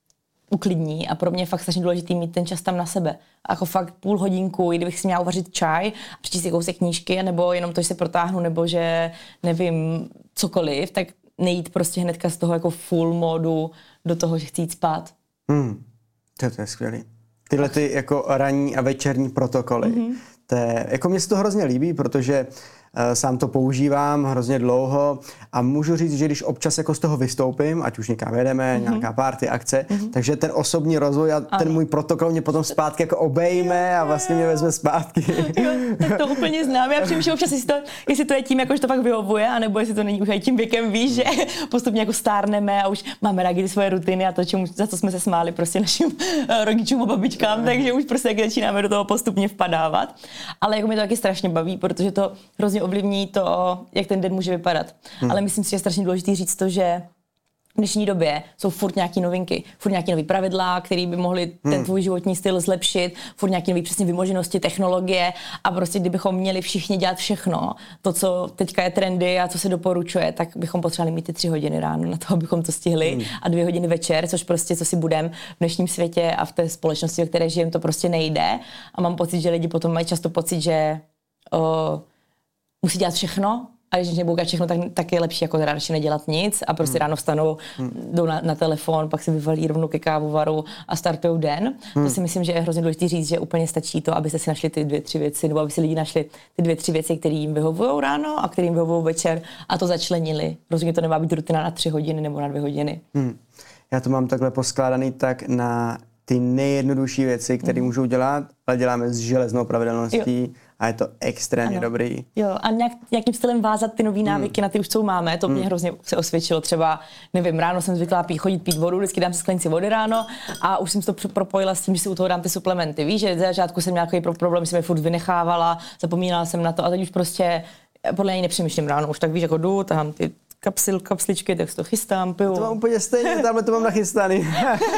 uklidní a pro mě je fakt strašně důležitý mít ten čas tam na sebe. A jako fakt půl hodinku, i kdybych si měla uvařit čaj a přečíst si kousek knížky, nebo jenom to, že se protáhnu, nebo že nevím, cokoliv, tak nejít prostě hnedka z toho jako full modu do toho, že chci jít spát. Hmm. To, to je skvělý. Tyhle ty jako ranní a večerní protokoly. Mm-hmm. To je, jako mně se to hrozně líbí, protože uh, sám to používám hrozně dlouho a můžu říct, že když občas jako z toho vystoupím, ať už někam jedeme, mm-hmm. nějaká party, akce, mm-hmm. takže ten osobní rozvoj a ten ano. můj protokol mě potom zpátky jako obejme a vlastně mě vezme zpátky. Jo, tak to úplně znám. Já přemýšlím občas, jestli to, jestli to je tím, jako, že to fakt vyhovuje, anebo jestli to není už tím věkem, víš, že postupně jako stárneme a už máme rádi ty svoje rutiny a to, čemu, za co jsme se smáli prostě našim uh, rodičům a babičkám, takže už prostě jak začínáme do toho postupně vpadávat. Ale jako mě to taky strašně baví, protože to hrozně ovlivní to, jak ten den může vypadat. Hmm. Ale myslím si, že je strašně důležité říct to, že v dnešní době jsou furt nějaký novinky, furt nějaký nový pravidla, které by mohly hmm. ten tvůj životní styl zlepšit, furt nějaký nový přesně vymoženosti, technologie a prostě kdybychom měli všichni dělat všechno, to, co teďka je trendy a co se doporučuje, tak bychom potřebovali mít ty tři hodiny ráno na to, abychom to stihli hmm. a dvě hodiny večer, což prostě co si budem v dnešním světě a v té společnosti, ve které žijeme, to prostě nejde. A mám pocit, že lidi potom mají často pocit, že o, musí dělat všechno. A když nebudou dělat všechno, tak, tak je lepší jako radši nedělat nic a prostě hmm. ráno vstanou, hmm. jdou na, na telefon, pak si vyvalí rovnou ke kávovaru a startují den. Hmm. To si myslím, že je hrozně důležité říct, že úplně stačí to, abyste si našli ty dvě, tři věci, nebo aby si lidi našli ty dvě, tři věci, které jim vyhovují ráno a které jim vyhovují večer a to začlenili. Rozhodně to nemá být rutina na tři hodiny nebo na dvě hodiny. Hmm. Já to mám takhle poskládaný tak na ty nejjednodušší věci, které hmm. můžou dělat, ale děláme s železnou pravidelností. Jo. A je to extrémně ano. dobrý. Jo, a nějak, nějakým stylem vázat ty nový návyky hmm. na ty už, co máme, to mě hmm. hrozně se osvědčilo. Třeba, nevím, ráno jsem zvyklá pít, chodit pít vodu, vždycky dám si sklenici vody ráno a už jsem to propojila s tím, že si u toho dám ty suplementy. Víš, že za začátku jsem nějaký problém, jsem je furt vynechávala, zapomínala jsem na to a teď už prostě podle něj nepřemýšlím ráno. Už tak víš, jako jdu, tahám ty kapsil, kapsličky, tak si to chystám, piju. To mám úplně stejně, tamhle to mám nachystaný.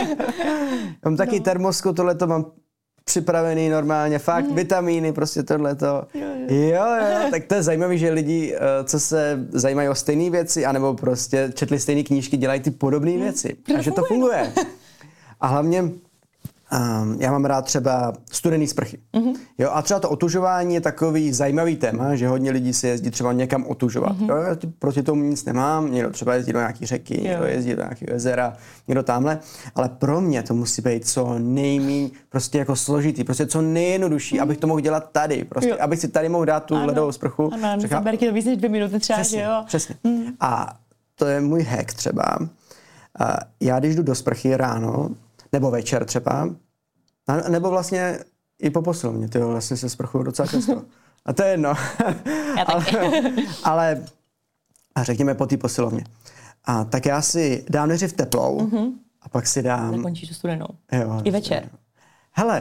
Mám taky no. termosku, tohle to mám připravený normálně, fakt, mm. vitamíny, prostě tohleto. Jo, jo. jo, jo, tak to je zajímavé, že lidi, co se zajímají o stejné věci, anebo prostě četli stejné knížky, dělají ty podobné mm. věci. A že to funguje. A hlavně Um, já mám rád třeba studený sprchy. Mm-hmm. Jo, a třeba to otužování je takový zajímavý téma, že hodně lidí se jezdí třeba někam otužovat. Mm-hmm. Jo, já proti tomu nic nemám, někdo třeba jezdí do nějaký řeky, jo. někdo jezdí do nějakého jezera, někdo tamhle, ale pro mě to musí být co nejméně prostě jako složitý, prostě co nejjednodušší, mm-hmm. abych to mohl dělat tady, prostě, jo. abych si tady mohl dát tu ano. ledovou sprchu. Ano, ano, Přechá... to víc než dvě minuty třeba, přesně, že jo? Přesně. Mm. A to je můj hack třeba. A já když jdu do sprchy ráno, nebo večer třeba, a nebo vlastně i po posilovně, tyjo, vlastně se sprchuju docela často. A to je jedno. Já taky. ale, ale a řekněme po té posilovně. A tak já si dám nejdřív teplou mm-hmm. a pak si dám... Zakončíš to studenou. Jo, I večer. Studenou. Hele,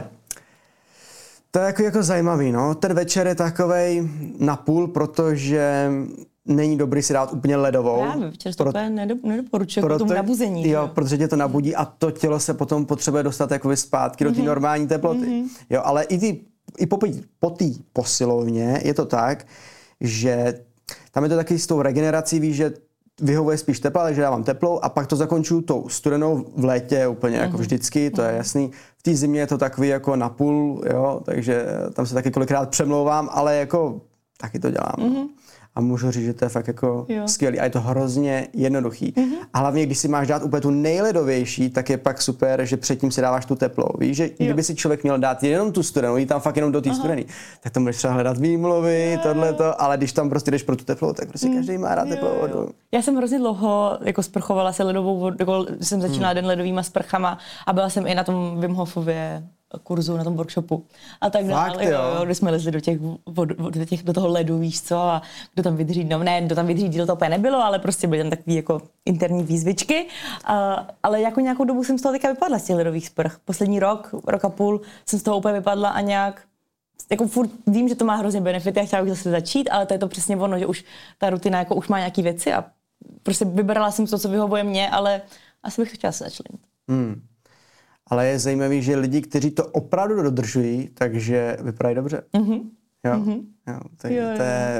to je jako, jako zajímavý, no. Ten večer je takovej napůl, protože není dobrý si dát úplně ledovou. Právě, často Pro, úplně nedoporučuji proto, tomu nabuzení. Jo, jo, protože tě to nabudí a to tělo se potom potřebuje dostat jakoby zpátky mm-hmm. do té normální teploty. Mm-hmm. Jo, ale i, ty, i po, po té posilovně je to tak, že tam je to taky s tou regenerací, víš, že vyhovuje spíš tepla, takže dávám teplou a pak to zakončuju tou studenou v létě úplně mm-hmm. jako vždycky, to je jasný. V té zimě je to takový jako napůl, jo, takže tam se taky kolikrát přemlouvám, ale jako taky to dělám. Mm-hmm. A můžu říct, že to je fakt jako jo. skvělý a je to hrozně jednoduchý. Mm-hmm. A hlavně, když si máš dát úplně tu nejledovější, tak je pak super, že předtím si dáváš tu teplou. Víš, že jo. kdyby si člověk měl dát jenom tu studenou, jít tam fakt jenom do té studený, tak tam budeš třeba hledat výmluvy, tohleto, ale když tam prostě jdeš pro tu teplou, tak prostě každý má rád teplou vodu. Já jsem hrozně dlouho jako sprchovala se ledovou vodu, jako jsem začínala hmm. den ledovýma sprchama a byla jsem i na tom Wim Hofově kurzu, na tom workshopu a tak dále, jo, jo, kdy jsme lezli do těch, vod, do těch, do toho ledu, víš co, a kdo tam vydrží, no ne, kdo tam vydrží díl, to úplně nebylo, ale prostě byly tam takový jako interní výzvičky, a, ale jako nějakou dobu jsem z toho teďka vypadla z těch ledových sprch. Poslední rok, rok a půl jsem z toho úplně vypadla a nějak, jako furt vím, že to má hrozně benefity a chtěla bych zase začít, ale to je to přesně ono, že už ta rutina jako už má nějaký věci a prostě vybrala jsem to, co vyhovuje mě, ale asi bych to chtěla se začlenit. Hmm. Ale je zajímavý, že lidi, kteří to opravdu dodržují, takže vypadají dobře. Mm-hmm. Jo, mm-hmm. jo, to, jo, to, je,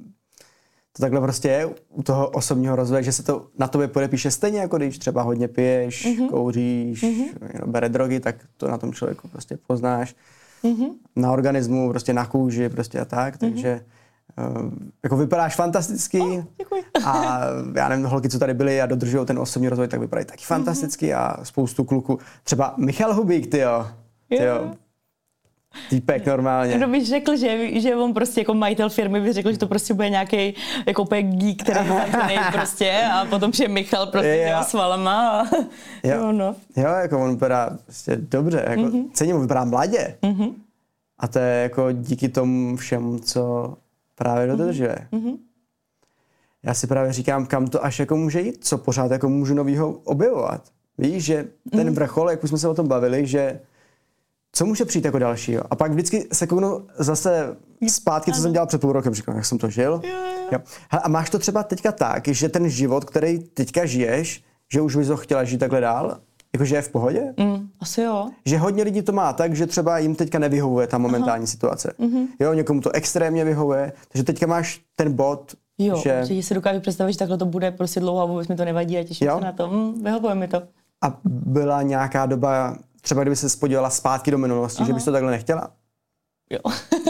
to takhle prostě je u toho osobního rozvoje, že se to na tobě podepíše stejně, jako když třeba hodně piješ, mm-hmm. kouříš, mm-hmm. bere drogy, tak to na tom člověku prostě poznáš. Mm-hmm. Na organismu, prostě na kůži, prostě a tak, mm-hmm. takže Uh, jako vypadáš fantasticky oh, a já nevím, holky, co tady byly a dodržují ten osobní rozvoj, tak vypadají taky fantasticky mm-hmm. a spoustu kluků. Třeba Michal Hubík, tyjo, tyjo, yeah. týpek normálně. Kdo by řekl, že, že on prostě jako majitel firmy by řekl, že to prostě bude nějaký jako geek, který je prostě a potom přijde Michal prostě yeah. s valama a jo. jo, no. Jo, jako on vypadá prostě dobře, jako mm-hmm. cením, on vypadá mladě mm-hmm. a to je jako díky tomu všemu, co právě dodržuje. Mm-hmm. Já si právě říkám, kam to až jako může jít, co pořád jako můžu novýho objevovat. Víš, že ten vrchol, jak už jsme se o tom bavili, že co může přijít jako dalšího. A pak vždycky se kouknu zase zpátky, co jsem dělal před půl rokem, říkám, jak jsem to žil. Jo. A máš to třeba teďka tak, že ten život, který teďka žiješ, že už bys ho chtěla žít takhle dál? Jakože je v pohodě? Mm, asi jo. Že hodně lidí to má tak, že třeba jim teďka nevyhovuje ta momentální Aha. situace. Mm-hmm. Jo, někomu to extrémně vyhovuje, takže teďka máš ten bod, jo, že... že si dokážu představit, že takhle to bude prostě dlouho a vůbec mi to nevadí a těším jo? se na to. Mm, vyhovuje mi to. A byla nějaká doba, třeba kdyby se podívala zpátky do minulosti, Aha. že bys to takhle nechtěla? Jo.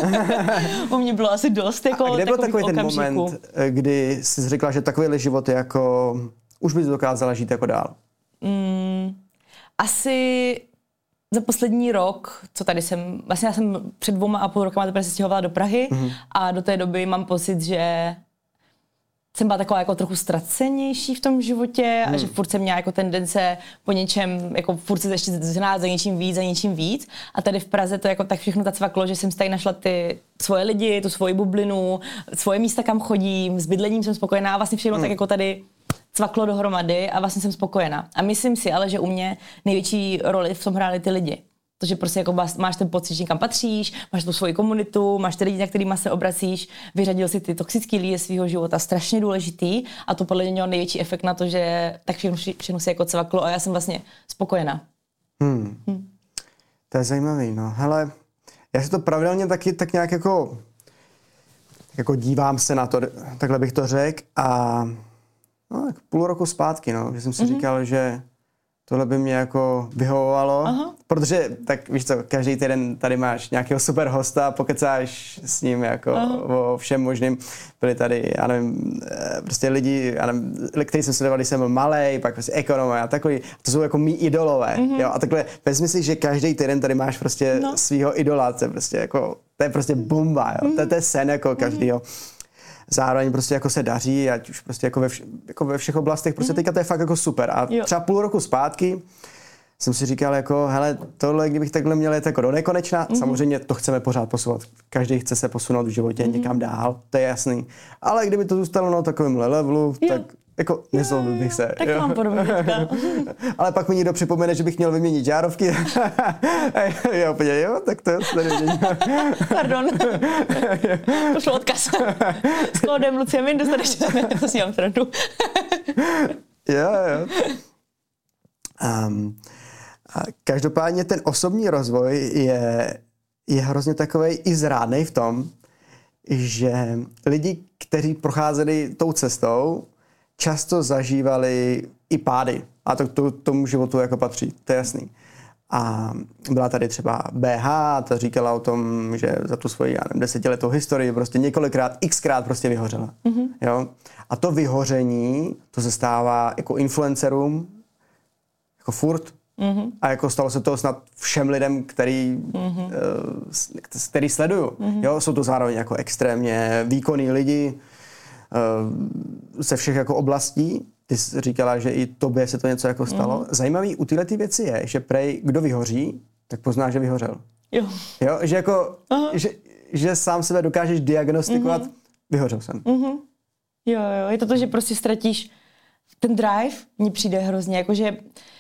U mě bylo asi dost jako a kde byl takový ten okamžiků. moment, kdy jsi řekla, že takovýhle život je jako... Už bys dokázala žít jako dál? Mm. Asi za poslední rok, co tady jsem, vlastně já jsem před dvouma a půl rokama teprve se stěhovala do Prahy mm-hmm. a do té doby mám pocit, že jsem byla taková jako trochu ztracenější v tom životě mm. a že furt jsem měla jako tendence po něčem, jako furt se ještě znát za něčím víc, za něčím víc a tady v Praze to jako tak všechno tak cvaklo, že jsem tady našla ty svoje lidi, tu svoji bublinu, svoje místa, kam chodím, s bydlením jsem spokojená a vlastně všechno mm. tak jako tady cvaklo dohromady a vlastně jsem spokojená. A myslím si ale, že u mě největší roli v tom hráli ty lidi. Protože prostě jako máš ten pocit, že někam patříš, máš tu svoji komunitu, máš ty lidi, na kterýma se obracíš, vyřadil si ty toxický lidi svého života, strašně důležitý a to podle mě mělo největší efekt na to, že tak všechno, všechno se jako cvaklo a já jsem vlastně spokojená. Hmm. Hmm. To je zajímavý, no. Hele, já si to pravidelně taky tak nějak jako, jako dívám se na to, takhle bych to řekl a no, tak půl roku zpátky, no, že jsem si mm-hmm. říkal, že tohle by mě jako vyhovovalo, Aha. protože tak víš co, každý týden tady máš nějakého super hosta, pokecáš s ním jako Aha. o všem možným. Byli tady, já nevím, prostě lidi, já nevím, kteří jsem sledoval, když jsem byl malej, pak prostě ekonomové a takový, to jsou jako mý idolové, mm-hmm. jo, a takhle vezmi si, že každý týden tady máš prostě no. svýho idola, to je prostě jako, to je prostě bomba, jo, mm-hmm. to, to je sen jako každýho. Mm-hmm. Zároveň prostě jako se daří, ať už prostě jako ve, vš- jako ve všech oblastech, prostě mm. teďka to je fakt jako super. A jo. třeba půl roku zpátky jsem si říkal jako, hele, tohle, kdybych takhle měl jet jako do nekonečna, mm. samozřejmě to chceme pořád posouvat. Každý chce se posunout v životě mm. někam dál, to je jasný. Ale kdyby to zůstalo na takovém levelu, jo. tak jako nezlobil bych se. Tak jo. Mám podobně. Ale pak mi někdo připomene, že bych měl vyměnit žárovky. Já úplně, jo, tak to tady není. Pardon. To šlo odkaz. S kódem Lucie Windows, tady to si mám srandu. Jo, jo. Um, a každopádně ten osobní rozvoj je, je hrozně takovej i zrádnej v tom, že lidi, kteří procházeli tou cestou, často zažívali i pády. A to, to tomu životu jako patří, to je jasný. A byla tady třeba bé há, ta říkala o tom, že za tu svoji, já nevím, desetiletou historii prostě několikrát, xkrát prostě vyhořela. Mm-hmm. Jo? A to vyhoření, to se stává jako influencerům jako furt. Mm-hmm. A jako stalo se to snad všem lidem, který, mm-hmm. uh, který sleduju. Mm-hmm. Jo? Jsou to zároveň jako extrémně výkonní lidi uh, ze všech jako oblastí. Ty jsi říkala, že i tobě se to něco jako stalo. Mm. Zajímavý u této věci je, že prej, kdo vyhoří, tak pozná, že vyhořel. Jo. Jo, že jako, že, že sám sebe dokážeš diagnostikovat, mm-hmm. vyhořel jsem. Mm-hmm. Jo, jo, je to to, že prostě ztratíš ten drive, mně přijde hrozně, jakože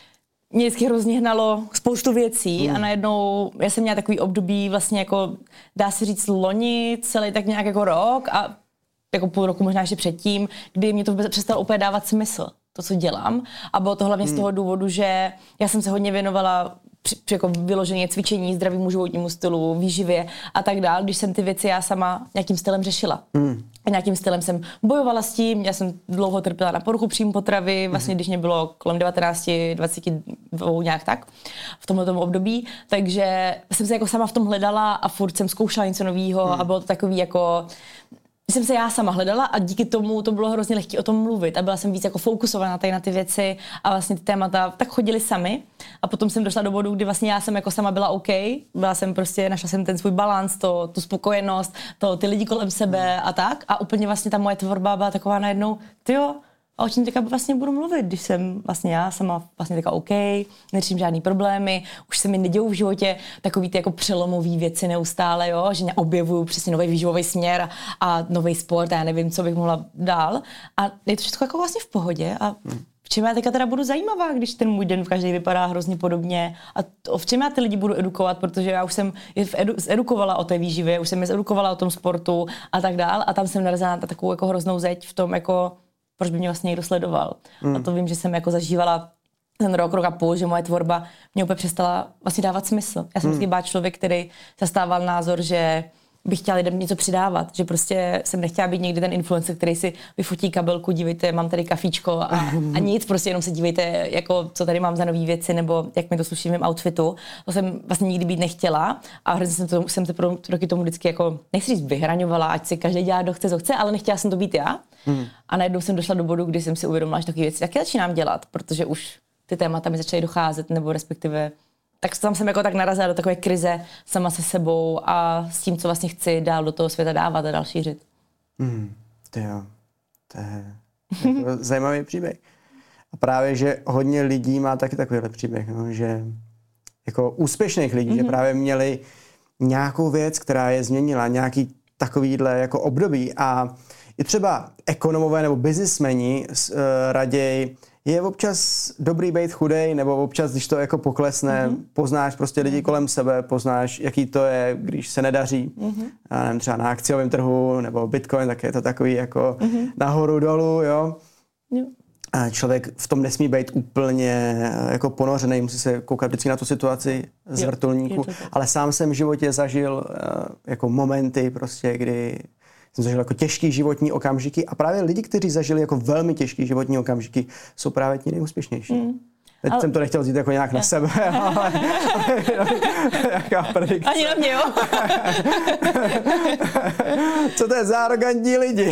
mě vždycky hrozně hnalo spoustu věcí mm. a najednou, já jsem měla takový období vlastně jako, dá se říct loni, celý tak nějak jako rok a jako půl roku, možná ještě předtím, kdy mě to přestalo úplně dávat smysl, to, co dělám. A bylo to hlavně hmm. z toho důvodu, že já jsem se hodně věnovala při, při jako vyloženě cvičení, zdravému životnímu stylu, výživě a tak dál, když jsem ty věci já sama nějakým stylem řešila. Hmm. A nějakým stylem jsem bojovala s tím, já jsem dlouho trpěla na poruchu příjmu potravy, vlastně když mě bylo kolem devatenáct, dvacet dva nějak tak, v tomhle období, takže jsem se jako sama v tom hledala a furt jsem zkoušela něco nového hmm. a bylo to takový jako jsem se já sama hledala a díky tomu to bylo hrozně lehké o tom mluvit a byla jsem víc jako fokusovaná tady na ty věci a vlastně ty témata tak chodily sami a potom jsem došla do bodu, kdy vlastně já jsem jako sama byla OK, byla jsem prostě, našla jsem ten svůj balans, to, tu spokojenost, to, ty lidi kolem sebe a tak a úplně vlastně ta moje tvorba byla taková najednou, tyjo, a o čem teďka vlastně budu mluvit, když jsem vlastně já sama vlastně teďka OK, neřeším žádný problémy, už se mi nedějou v životě takový ty jako přelomový věci neustále, jo, že neobjevuju přesně nový výživový směr a nový sport a já nevím, co bych mohla dál. A je to všechno jako vlastně v pohodě a v čem já teďka teda budu zajímavá, když ten můj den v každý vypadá hrozně podobně a to, v čem já ty lidi budu edukovat, protože já už jsem je edu, zedukovala o té výživě, už jsem je zedukovala o tom sportu a tak dál a tam jsem narazila na takovou jako hroznou zeď v tom jako proč by mě vlastně někdo sledoval. Mm. A to vím, že jsem jako zažívala ten rok, rok a půl, že moje tvorba mě úplně přestala vlastně dávat smysl. Já jsem mm. vždycky byla člověk, který zastával názor, že bych chtěla lidem něco přidávat, že prostě jsem nechtěla být někdy ten influencer, který si vyfotí kabelku, dívejte, mám tady kafíčko a, a nic, prostě jenom se dívejte, jako, co tady mám za nový věci, nebo jak mi to sluší v mém outfitu. To jsem vlastně nikdy být nechtěla a hrozně jsem, to, jsem se pro roky tomu vždycky jako, nechci říct, vyhraňovala, ať si každý dělá, kdo chce, co chce, ale nechtěla jsem to být já. Hmm. A najednou jsem došla do bodu, kdy jsem si uvědomila, že takové věci taky začínám dělat, protože už ty témata mi začaly docházet, nebo respektive tak tam jsem jako tak narazila do takové krize sama se sebou a s tím, co vlastně chci dál do toho světa dávat a dál šířit. Mm, to jo, to je jako zajímavý příběh. A právě, že hodně lidí má taky takovýhle příběh, no, že jako úspěšných lidí, mm-hmm. že právě měli nějakou věc, která je změnila, nějaký takovýhle jako období a i třeba ekonomové nebo biznismeni uh, raději je občas dobrý být chudej, nebo občas, když to jako poklesne, mm-hmm. poznáš prostě lidi kolem sebe, poznáš, jaký to je, když se nedaří. Mm-hmm. Já nevím, třeba na akciovém trhu, nebo Bitcoin, tak je to takový jako mm-hmm. nahoru dolů, jo. jo. A člověk v tom nesmí být úplně jako ponořený, musí se koukat vždycky na tu situaci z jo, vrtulníku, ale sám jsem v životě zažil uh, jako momenty prostě, kdy jsem zažil jako těžký životní okamžiky a právě lidi, kteří zažili jako velmi těžký životní okamžiky, jsou právě ti nejúspěšnější. Mm. Teď ale... jsem to nechtěl říct jako nějak na sebe, ale jaká predikce. Ani na mě, jo. Co to je za arrogantní lidi?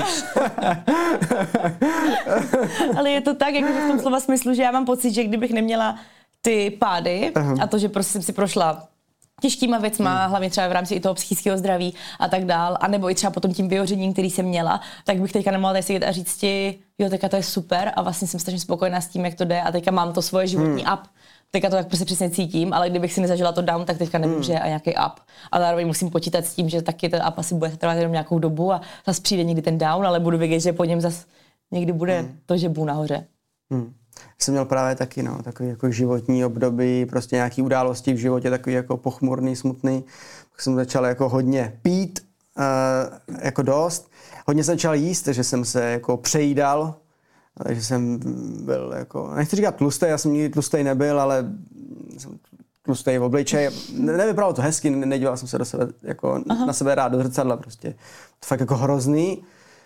Ale je to tak, jako v tom slova smyslu, že já mám pocit, že kdybych neměla ty pády uh-huh. a to, že prostě jsem si prošla těžkýma věcma, hmm. hlavně třeba v rámci i toho psychického zdraví a tak dál, a nebo i třeba potom tím vyhořením, který jsem měla, tak bych teďka nemohla tady sedět a říct ti, jo, teďka to je super a vlastně jsem strašně spokojená s tím, jak to jde a teďka mám to svoje životní hmm. up. Teďka to tak prostě přesně cítím, ale kdybych si nezažila to down, tak teďka nevím, hmm. že je a nějaký up. A zároveň musím počítat s tím, že taky ten up asi bude trvat jenom nějakou dobu a zase přijde někdy ten down, ale budu vědět, že po něm zase někdy bude hmm. to, že budu nahoře. Hmm. Jsem měl právě taky, no, takový jako životní období, prostě nějaký události v životě, takový jako pochmurný, smutný. Pak jsem začal jako hodně pít, uh, jako dost. Hodně jsem začal jíst, že jsem se jako přejídal, takže jsem byl jako, nechci říkat tlustej, já jsem nikdy tlustej nebyl, ale jsem tlustej v obličeji. Nevypadalo to hezky, nedíval jsem se do sebe, jako na sebe rád do zrcadla prostě. To fakt jako hrozný.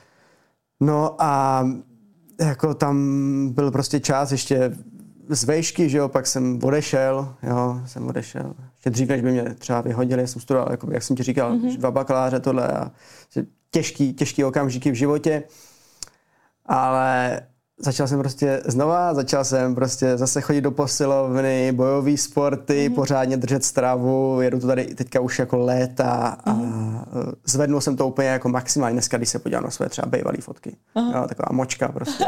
No a jako tam byl prostě čas ještě z vejšky, že jo, pak jsem odešel, jo, jsem odešel. Ještě dřív, než by mě třeba vyhodili, jsem studoval, jako, jak jsem ti říkal, mm-hmm. dva bakaláře, tohle a těžký, těžký okamžiky v životě. Ale začal jsem prostě znova, začal jsem prostě zase chodit do posilovny, bojové sporty, mm-hmm. pořádně držet stravu, jedu to tady teďka už jako léta a mm-hmm. zvednul jsem to úplně jako maximálně. Dneska, když se podívám na své třeba bývalý fotky, jo, taková močka prostě.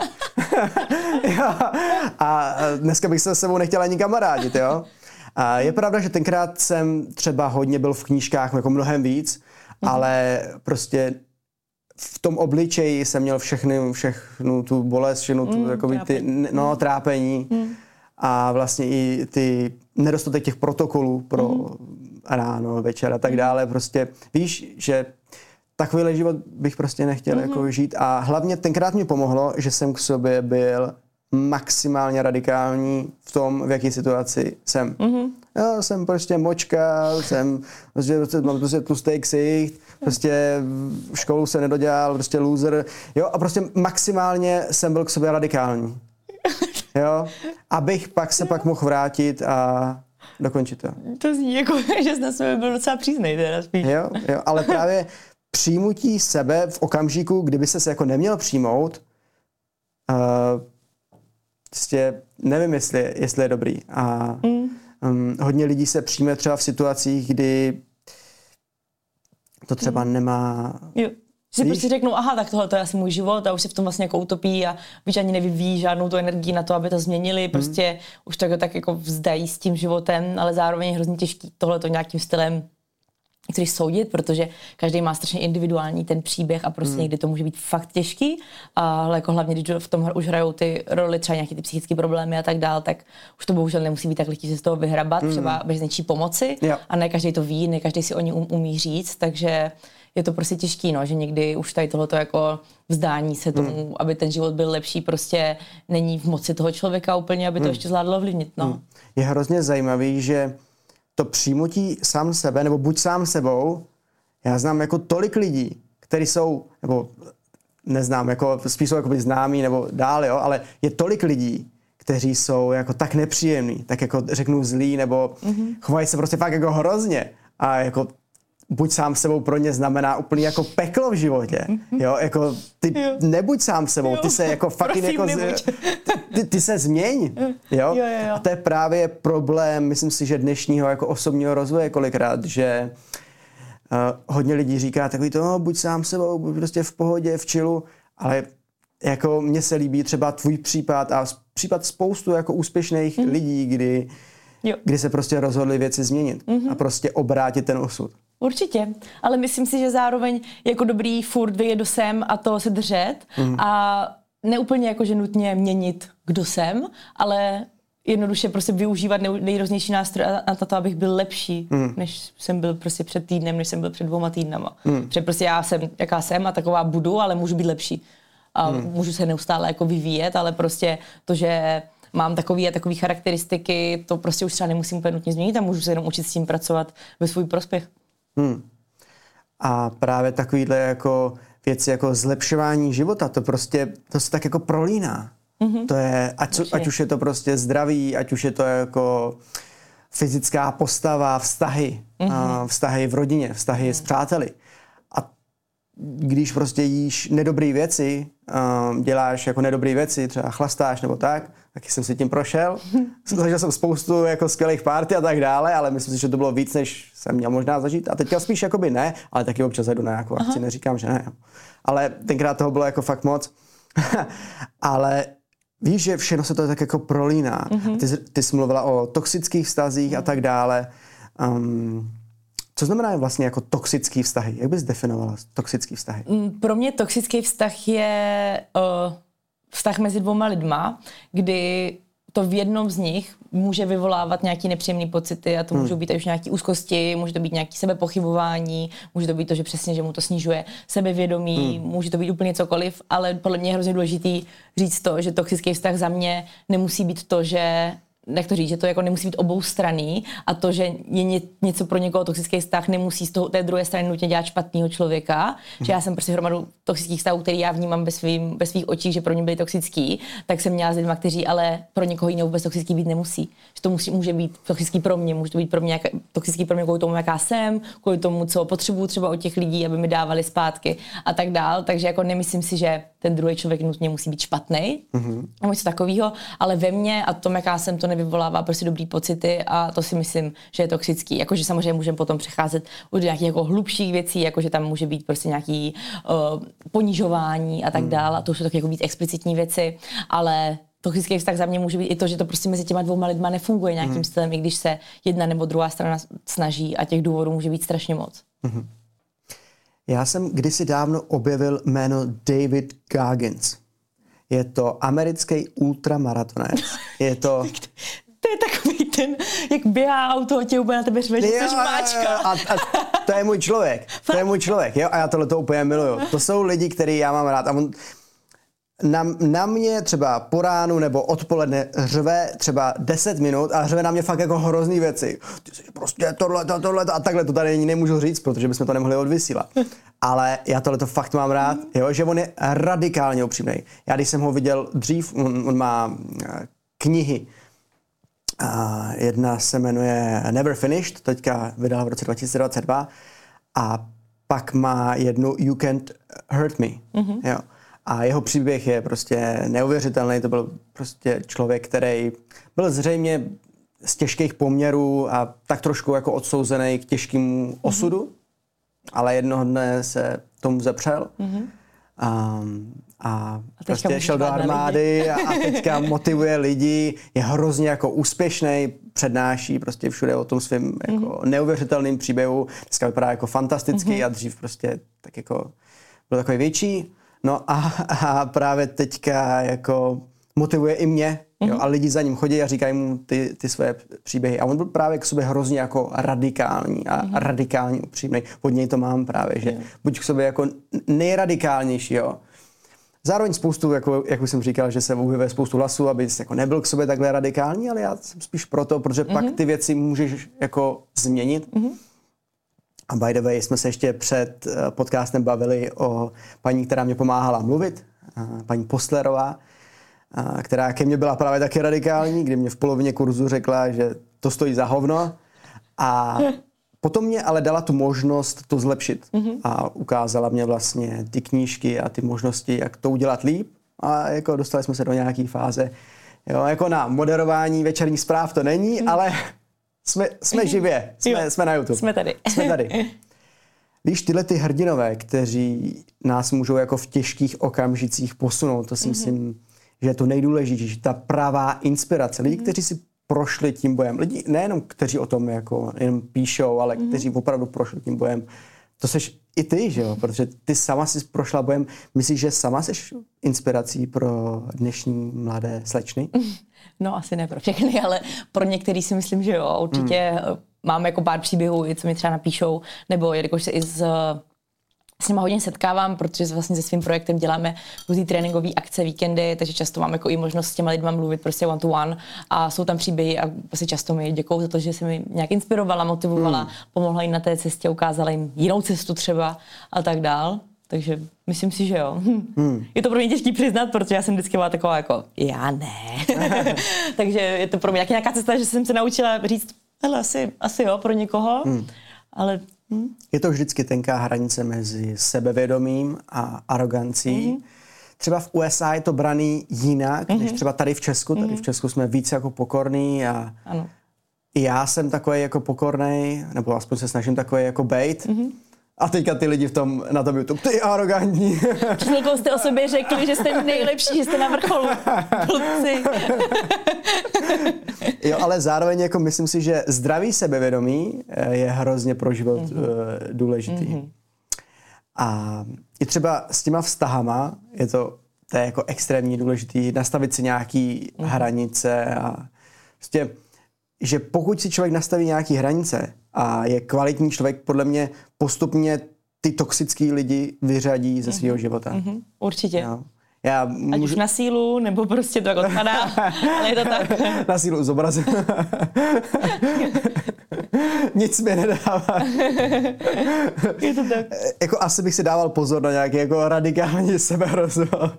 Jo, a dneska bych se s sebou nechtěl ani kamarádit, jo. A je pravda, že tenkrát jsem třeba hodně byl v knížkách, jako mnohem víc, mm-hmm. ale prostě v tom obličeji jsem měl všechny, všechnu tu bolest, všechnu tu, mm, jakoby ty, no, trápení mm. a vlastně i ty nedostatek těch protokolů pro mm. ráno, večer a tak dále. Prostě víš, že takovýhle život bych prostě nechtěl mm. jako žít a hlavně tenkrát mi pomohlo, že jsem k sobě byl maximálně radikální v tom, v jaký situaci jsem. Mm-hmm. Já jsem prostě močka, jsem, prostě, mám prostě tlustý ksicht, prostě v školu se nedodělal, prostě loser. Jo, a prostě maximálně jsem byl k sobě radikální. Jo, abych pak se jo. pak mohl vrátit a dokončit to. To zní jako, že jsi na sebe byl docela přísnej teda spíš. Jo, jo, ale právě přijmutí sebe v okamžiku, kdyby ses jako neměl přijmout, uh, prostě nevím, jestli, jestli je dobrý. A mm. um, hodně lidí se přijme třeba v situacích, kdy to třeba mm. nemá... Jo. Si prostě řeknou, aha, tak tohle to je asi můj život a už se v tom vlastně jako utopí a víš, ani nevyvíjí žádnou tu energii na to, aby to změnili. Prostě mm. už tak, tak jako vzdají s tím životem, ale zároveň je hrozně těžký tohle to nějakým stylem který soudit, protože každý má strašně individuální ten příběh a prostě mm. někdy to může být fakt těžký, ale jako hlavně, když v tom už hrajou ty roli, třeba nějaké ty psychické problémy a tak dál, tak už to bohužel nemusí být tak lehký se z toho vyhrabat, mm. třeba bez něčí pomoci yeah. a ne každý to ví, ne každý si o ní um, umí říct, takže je to prostě těžký, no, že někdy už tady tohleto jako vzdání se tomu, mm. aby ten život byl lepší, prostě není v moci toho člověka úplně, aby to mm. ještě zvládlo ovlivnit, no. Mm. Je hrozně zajímavý, že to přijmutí sám sebe, nebo buď sám sebou, já znám jako tolik lidí, kteří jsou, nebo neznám, jako spíš jsou jako známí, nebo dál, jo, ale je tolik lidí, kteří jsou jako tak nepříjemní, tak jako řeknu zlí, nebo mm-hmm. chovají se prostě fakt jako hrozně a jako buď sám sebou pro ně znamená úplně jako peklo v životě, jo, jako ty jo. nebuď sám sebou, ty se jako fakt jako, ty, ty se změň, jo? Jo, jo, jo, a to je právě problém, myslím si, že dnešního jako osobního rozvoje kolikrát, že uh, hodně lidí říká takový to, no, buď sám sebou, buď prostě v pohodě, v chillu, ale jako mně se líbí třeba tvůj případ a případ spoustu jako úspěšných mm. lidí, kdy, kdy se prostě rozhodli věci změnit mm-hmm. a prostě obrátit ten osud. Určitě, ale myslím si, že zároveň jako dobrý furt vyjet do sem a to se držet mm. a neúplně jako, že nutně měnit, kdo jsem, ale jednoduše prostě využívat nejrůznější nástroje na to, abych byl lepší, mm. než jsem byl prostě před týdnem, než jsem byl před dvouma týdnama. Mm. Protože prostě já jsem, jaká jsem a taková budu, ale můžu být lepší. A mm. můžu se neustále jako vyvíjet, ale prostě to, že mám takový a takový charakteristiky, to prostě už třeba nemusím úplně nutně změnit a můžu se jenom učit s tím pracovat ve svůj prospěch. Hmm. A právě takovýhle jako věci jako zlepšování života, to prostě, to se tak jako prolíná. Mm-hmm. To je, ať, ať už je to prostě zdraví, ať už je to jako fyzická postava, vztahy, mm-hmm. vztahy v rodině, vztahy mm. s přáteli. A když prostě jíš nedobrý věci, děláš jako nedobrý věci, třeba chlastáš nebo tak, taky jsem si tím prošel. Zažil jsem spoustu jako skvělých party a tak dále, ale myslím si, že to bylo víc, než jsem měl možná zažít. A teďka spíš jakoby ne, ale taky občas jdu na nějakou akci, neříkám, že ne. Ale tenkrát toho bylo jako fakt moc. Ale víš, že všechno se to tak jako prolíná. Mm-hmm. Ty, ty jsi mluvila o toxických vztazích a tak dále. Um, Co znamená vlastně jako toxický vztahy? Jak bys definovala toxický vztahy? Pro mě toxický vztah je uh, vztah mezi dvouma lidma, kdy to v jednom z nich může vyvolávat nějaké nepříjemné pocity a to můžou být už nějaké úzkosti, může to být nějaké sebepochybování, může to být to, že přesně, že mu to snižuje sebevědomí, hmm. může to být úplně cokoliv, ale podle mě je hrozně důležitý říct to, že toxický vztah za mě nemusí být to, že jak to říct, že to jako nemusí být oboustranný a to, že je ně, něco pro někoho toxický vztah, nemusí z toho té druhé strany nutně dělat špatného člověka. Mm. Že já jsem prostě hromadu toxických vztahů, který já vnímám bez, svým, bez svých očí, že pro ně byli toxický, tak jsem měla s lidmi, kteří ale pro někoho jiného vůbec toxický být nemusí. Že to musí, může být toxický pro mě, může to být pro mě jak, toxický pro mě kvůli tomu, jaká jsem, kvůli tomu, co potřebuju třeba od těch lidí, aby mi dávali zpátky a tak dál. Takže jako nemyslím si, že ten druhý člověk nutně musí být špatný, mm-hmm. nebo něco takového, ale ve mně a tom, jaká jsem, to nevyvolává prostě dobrý pocity a to si myslím, že je toxický. Jakože samozřejmě můžeme potom přecházet do nějakých jako hlubších věcí, jakože tam může být prostě nějaký uh, ponižování a tak dále a to už jsou taky jako víc explicitní věci, ale toxický vztah za mě může být i to, že to prostě mezi těma dvouma lidma nefunguje nějakým mm. stylem, i když se jedna nebo druhá strana snaží a těch důvodů může být strašně moc. Mm-hmm. Já jsem kdysi dávno objevil jméno David Goggins. Je to americký ultramaratonec. Je to... To je takový ten, jak běhá auto, tě úplně na tebe řve, že jsi máčka. A, a to je můj člověk. To je můj člověk. Jo? A já tohle to úplně miluju. To jsou lidi, který já mám rád. A on na, na mě třeba po ránu nebo odpoledne řve třeba deset minut a řve na mě fakt jako hrozný věci. Ty jsi prostě tohle, tohle a takhle to tady nemůžu říct, protože bychom to nemohli odvysílat. Ale já tohle to fakt mám rád, jo? Že on je radikálně upřímnej. Já když jsem ho viděl dřív, on, on má knihy. A jedna se jmenuje Never Finished, teďka vydala v roce dva tisíce dvacet dva a pak má jednu You Can't Hurt Me. Mm-hmm. Jo. A jeho příběh je prostě neuvěřitelný, to byl prostě člověk, který byl zřejmě z těžkých poměrů a tak trošku jako odsouzený k těžkému osudu, mm-hmm. ale jednoho dne se tomu zepřel. Mm-hmm. Um, a, a prostě šel do armády a, a teďka motivuje lidi, je hrozně jako úspěšný, přednáší prostě všude o tom svým jako mm-hmm. neuvěřitelným příběhu. Dneska vypadá jako fantastický mm-hmm. a dřív prostě tak jako byl takový větší. No a, a právě teďka jako motivuje i mě, mm-hmm. jo, a lidi za ním chodí a říkají mu ty, ty své příběhy. A on byl právě k sobě hrozně jako radikální a mm-hmm. radikálně upřímný. Od něj to mám právě, že mm-hmm. buď k sobě jako nejradikálnější, jo. Zároveň spoustu, jako, jak už jsem říkal, že se objevuje spoustu hlasů, aby jako nebyl k sobě takhle radikální, ale já jsem spíš proto, protože mm-hmm. pak ty věci můžeš jako změnit. Mm-hmm. A by the way, jsme se ještě před podcastem bavili o paní, která mě pomáhala mluvit, paní Postlerová, která ke mně byla právě taky radikální, kdy mě v polovině kurzu řekla, že to stojí za hovno. A potom mě ale dala tu možnost to zlepšit mm-hmm. a ukázala mě vlastně ty knížky a ty možnosti, jak to udělat líp a jako dostali jsme se do nějaké fáze. Jo, jako na moderování večerních zpráv to není, mm. ale jsme, jsme živě, jsme, jsme na YouTube. Jsme tady. Jsme tady. Víš, tyhle ty hrdinové, kteří nás můžou jako v těžkých okamžicích posunout, to si mm-hmm. myslím, že je to nejdůležitější, ta pravá inspirace. Lidi, mm-hmm. kteří si prošli tím bojem. Lidi nejenom, kteří o tom jako jenom píšou, ale mm-hmm. kteří opravdu prošli tím bojem. To seš i ty, že jo? Protože ty sama jsi prošla bojem. Myslíš, že sama seš inspirací pro dnešní mladé slečny? No asi ne pro všechny, ale pro některý si myslím, že jo. Určitě mm. mám jako pár příběhů, co mi třeba napíšou, nebo jelikož se i z s nima hodně setkávám, protože vlastně se svým projektem děláme různý tréninkové akce, víkendy, takže často mám jako i možnost s těma lidma mluvit prostě one to one a jsou tam příběhy a vlastně často mi děkuju za to, že se mi nějak inspirovala, motivovala, hmm. pomohla jim na té cestě, ukázala jim jinou cestu třeba a tak dál. Takže myslím si, že jo. Hmm. Je to pro mě těžký přiznat, protože já jsem vždycky byla taková jako, já ne. Takže je to pro mě nějaká cesta, že jsem se naučila říct, hele, asi, asi jo, pro někoho, hmm. ale... Hmm. Je to vždycky tenká hranice mezi sebevědomím a arogancí. Hmm. Třeba v U S A je to braný jinak, hmm. než třeba tady v Česku. Tady hmm. v Česku jsme víc jako pokorní a ano. já jsem takový jako pokornej, nebo aspoň se snažím takový jako bejt. Hmm. A teďka ty lidi v tom, na tom YouTube, ty arrogantní. Před chvilkou jste o sobě řekli, že jste nejlepší, že jste na vrcholu. Kluci. Jo, ale zároveň jako myslím si, že zdravý sebevědomí je hrozně pro život mm-hmm. důležitý. Mm-hmm. A i třeba s těma vztahama je to to je jako extrémně důležitý, nastavit si nějaký mm. hranice a prostě, že pokud si člověk nastaví nějaký hranice a je kvalitní člověk, podle mě postupně ty toxický lidi vyřadí ze svého života. Mm-hmm. Určitě. Jo. Já můžu... Ať už na sílu, nebo prostě to jako odpadá, ale je to tak. Na sílu zobrazím. Nic mi nedává. Je to tak. Jako asi bych si dával pozor na nějaký jako radikální seberozvoj.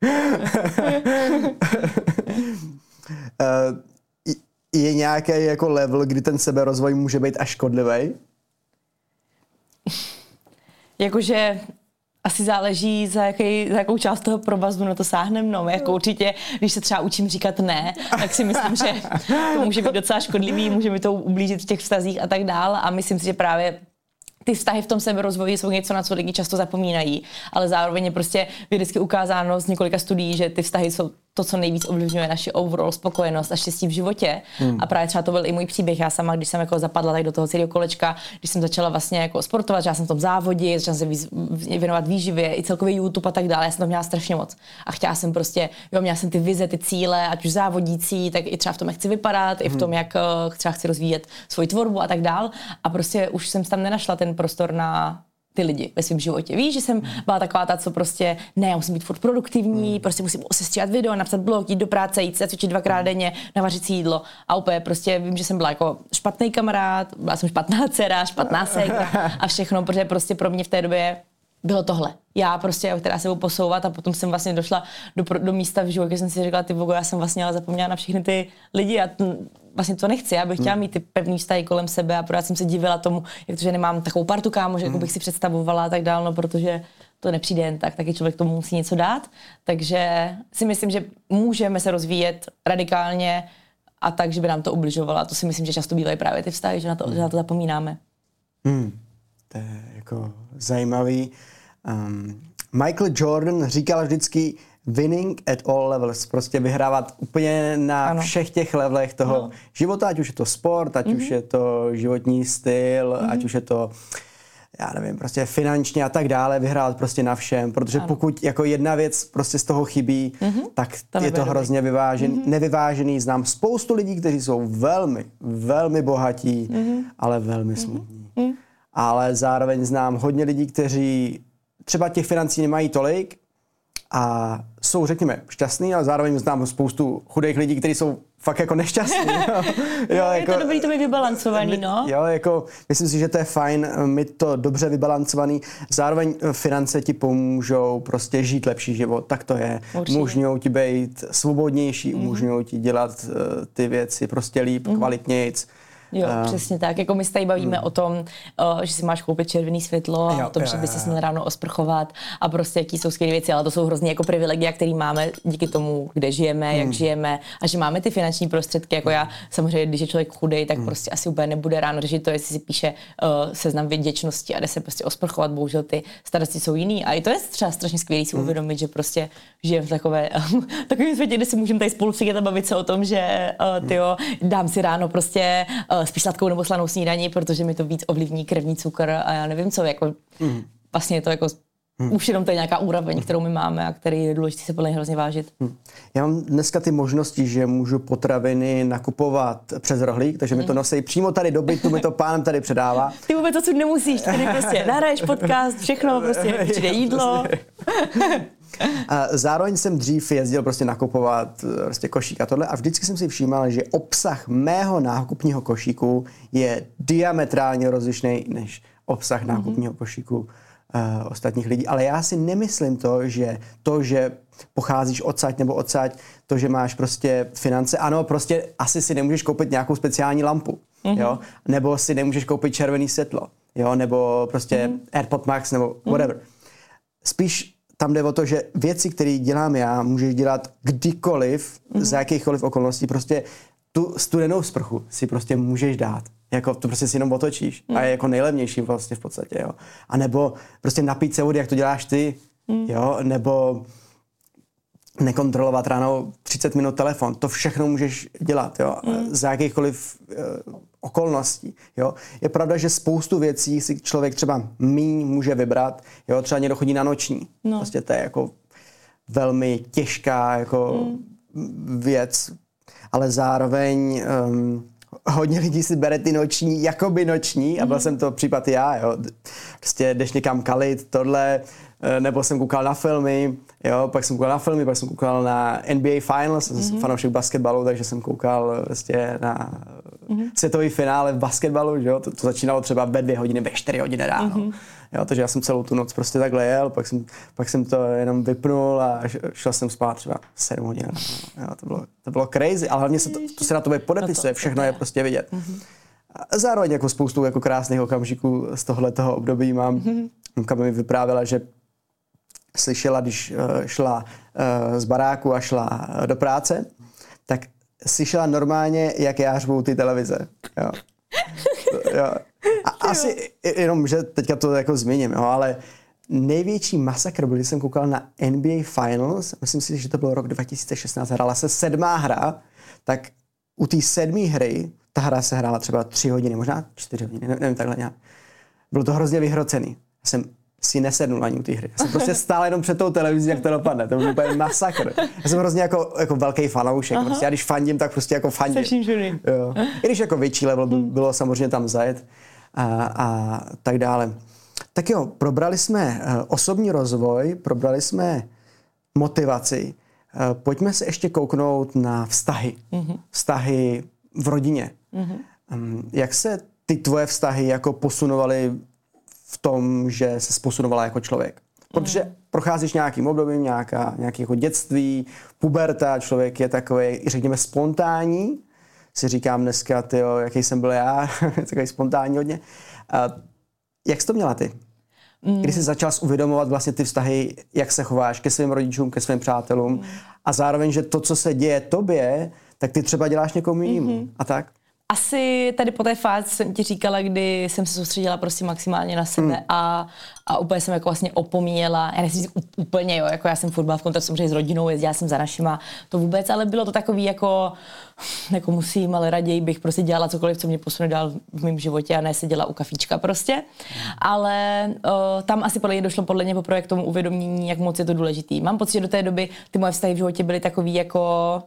Je nějaký jako level, kdy ten seberozvoj může být až škodlivý? Jakože asi záleží, za, jaký, za jakou část toho provazu na to sáhneme. No, jako určitě, když se třeba učím říkat ne, tak si myslím, že to může být docela škodlivý, může mi to ublížit v těch vztazích a tak dál. A myslím si, že právě ty vztahy v tom seberozvoji jsou něco, na co lidi často zapomínají, ale zároveň je prostě vědecky ukázáno z několika studií, že ty vztahy jsou to, co nejvíc ovlivňuje naši overall spokojenost a štěstí v životě. Hmm. A právě třeba to byl i můj příběh. Já sama, když jsem jako zapadla tady do toho celého kolečka, když jsem začala vlastně jako sportovat, že já jsem v tom závodě, začala se víc, věnovat výživě, i celkově YouTube a tak dále. Já jsem to měla strašně moc. A chtěla jsem prostě, jo, měla jsem ty vize, ty cíle, ať už závodící, tak i třeba v tom, jak chci vypadat, hmm. i v tom, jak třeba chci rozvíjet svoji tvorbu a tak dál. A prostě už jsem tam nenašla ten prostor na ty lidi ve svém životě. Víš, že jsem byla taková ta, co prostě, ne, já musím být furt produktivní, prostě musím sestříhat video, napsat blog, jít do práce, jít se cvičit dvakrát denně, navařit si jídlo. A úplně prostě vím, že jsem byla jako špatný kamarád, byla jsem špatná dcera, špatná ségra a všechno, protože prostě pro mě v té době bylo tohle. Já prostě, která se budu posouvat a potom jsem vlastně došla do, do místa v životě, jsem si řekla, ty vogo, já jsem vlastně ale zapomněla na všechny ty lidi a t- vlastně to nechci. Já bych chtěla mít ty pevný vztahy kolem sebe a pořád jsem se divila tomu, jak to, že nemám takovou partu kámoš, jako bych si představovala a tak dál, no, protože to nepřijde jen tak, taky člověk tomu musí něco dát. Takže si myslím, že můžeme se rozvíjet radikálně a tak, že by nám to ubližovalo. A to si myslím, že často bývají právě ty vztahy, že na to, že na to zapomínáme. Hmm. To je jako zajímavý. Um, Michael Jordan říkal vždycky winning at all levels, prostě vyhrávat úplně na ano. všech těch levelech toho no. života, ať už je to sport, ať mm-hmm. už je to životní styl, mm-hmm. ať už je to, já nevím, prostě finančně a tak dále, vyhrát prostě na všem, protože ano. pokud jako jedna věc prostě z toho chybí, mm-hmm. tak to je to hrozně vyvážený, mm-hmm. nevyvážený. Znám spoustu lidí, kteří jsou velmi, velmi bohatí, mm-hmm. ale velmi smutní. Mm-hmm. Ale zároveň znám hodně lidí, kteří třeba těch financí nemají tolik a jsou, řekněme, šťastní, ale zároveň znám spoustu chudých lidí, kteří jsou fakt jako nešťastní. Jo, jo, jako, je to dobrý to mít vybalancovaný, no. Jo, jako, myslím si, že to je fajn mít to dobře vybalancovaný. Zároveň finance ti pomůžou prostě žít lepší život, tak to je. Umožňují ti být svobodnější, mm-hmm. umožňují ti dělat uh, ty věci prostě líp, mm-hmm. kvalitnějc. Jo, uh, přesně tak. Jako my se tady bavíme mm. o tom, uh, že si máš koupit červený světlo a jo, o tom, jo, že by se měl ráno osprchovat a prostě jaký jsou skvělé věci, ale to jsou hrozně jako privilegia, které máme díky tomu, kde žijeme, mm. jak žijeme a že máme ty finanční prostředky. Jako já samozřejmě, když je člověk chudej, tak mm. prostě asi úplně nebude ráno řešit to, jestli si píše uh, seznam vděčnosti a jde se prostě osprchovat. Bohužel ty starosti jsou jiný. A i to je třeba strašně skvělý si mm. uvědomit, že prostě žijeme v takové, takovém světě, kde si můžeme tady spolu sedět a bavit se o tom, že uh, tyjo, dám si ráno prostě uh, spíš sladkou nebo slanou snídani, protože mi to víc ovlivní krevní cukr a já nevím co, jako mm. vlastně je to jako mm. už jenom to je nějaká úroveň, kterou my máme a který je důležité se podle mě hrozně vážit. Mm. Já mám dneska ty možnosti, že můžu potraviny nakupovat přes rohlík, takže mm. mi to nosí přímo tady do bytu, mi to pánem tady předává. Ty vůbec odsud nemusíš, tady prostě nahraješ podcast, všechno, prostě přijde jídlo. A zároveň jsem dřív jezdil prostě nakupovat prostě košík a tohle a vždycky jsem si všímal, že obsah mého nákupního košíku je diametrálně rozlišný než obsah nákupního košíku uh, ostatních lidí. Ale já si nemyslím to, že to, že pocházíš odsaď nebo odsaď, to, že máš prostě finance, ano, prostě asi si nemůžeš koupit nějakou speciální lampu, mm-hmm. jo, nebo si nemůžeš koupit červený světlo, jo, nebo prostě mm-hmm. AirPod Max nebo whatever. Mm-hmm. Spíš tam jde o to, že věci, které dělám já, můžeš dělat kdykoliv, mm-hmm. za jakýchkoliv okolností. Prostě tu studenou sprchu si prostě můžeš dát. Jako to prostě si jenom otočíš. Mm. A je jako nejlevnější vlastně v podstatě, jo. A nebo prostě napít se vody, jak to děláš ty, mm. jo. Nebo nekontrolovat ráno třicet minut telefon. To všechno můžeš dělat, jo. Mm. Za jakýchkoliv uh, okolností, jo. Je pravda, že spoustu věcí si člověk třeba míň může vybrat, jo. Třeba někdo chodí na noční. No. Prostě to je jako velmi těžká jako mm. věc, ale zároveň um, hodně lidí si bere ty noční, jakoby noční, a byl mm. jsem to případ já, jo. Prostě jdeš někam kalit, tohle, nebo jsem koukal na filmy, jo, pak jsem koukal na filmy, pak jsem koukal na N B A Finals, mm-hmm. jsem fanoušek basketbalu, takže jsem koukal prostě na mm-hmm. světový finále v basketbalu, jo, to, to začínalo třeba ve dvě hodiny, ve čtyři hodiny ráno. Mm-hmm. Jo, takže já jsem celou tu noc prostě takhle jel, pak jsem, pak jsem to jenom vypnul a šel jsem spát třeba sedm hodin. Jo, to bylo, to bylo crazy, ale hlavně se to, to se na tobě podepisuje, všechno je prostě vidět. Mm-hmm. A zároveň jako spoustu jako krásných okamžiků z tohoto období mám. Mm-hmm. Mamka mi vyprávěla, že slyšela, když šla z baráku a šla do práce, tak slyšela normálně, jak já řvou ty televize. Jo. Jo. A asi jenom, že teďka to jako zmíním, jo, ale největší masakr byl, když jsem koukal na N B A Finals, myslím si, že to byl rok dva tisíce šestnáct, hrála se sedmá hra, tak u té sedmé hry, ta hra se hrála třeba tři hodiny, možná čtyři hodiny, nevím, takhle nějak. Bylo to hrozně vyhrocený. Já jsem si nesednul ani u té hry. Já jsem prostě stál jenom před tou televizí, jak to dopadne. To byl úplně masakr. Já jsem hrozně jako, jako velký fanoušek. Prostě já když fandím, tak prostě jako fandím. Jo. I když jako větší level by bylo samozřejmě tam zajet a, a tak dále. Tak jo, probrali jsme osobní rozvoj, probrali jsme motivaci. Pojďme se ještě kouknout na vztahy. Mm-hmm. Vztahy v rodině. Mm-hmm. Jak se ty tvoje vztahy jako posunovaly v tom, že se posunovala jako člověk? Protože mm. procházíš nějakým obdobím, nějaká, nějaký jako dětství, puberta, člověk je takový, řekněme, spontánní. Si říkám dneska, tyjo, jaký jsem byl já, takový spontánní hodně. A jak jsi to měla ty? Mm. Kdy jsi začala uvědomovat vlastně ty vztahy, jak se chováš ke svým rodičům, ke svým přátelům mm. a zároveň, že to, co se děje tobě, tak ty třeba děláš někomu jinému mm-hmm. a tak? Asi tady po té fázi jsem ti říkala, kdy jsem se soustředila prostě maximálně na sebe mm. a, a úplně jsem jako vlastně opomíjela, já nechci říct úplně, jo, jako já jsem furt byla v kontaktu samozřejmě s rodinou, jezdila jsem za našima, to vůbec, ale bylo to takový jako, jako musím, ale raději bych prostě dělala cokoliv, co mě posune dál v mém životě a ne seděla u kafíčka prostě. Mm. Ale o, tam asi podle mě došlo podle mě poprvé k tomu uvědomění, jak moc je to důležitý. Mám pocit, že do té doby ty moje vztahy v životě byly takový jako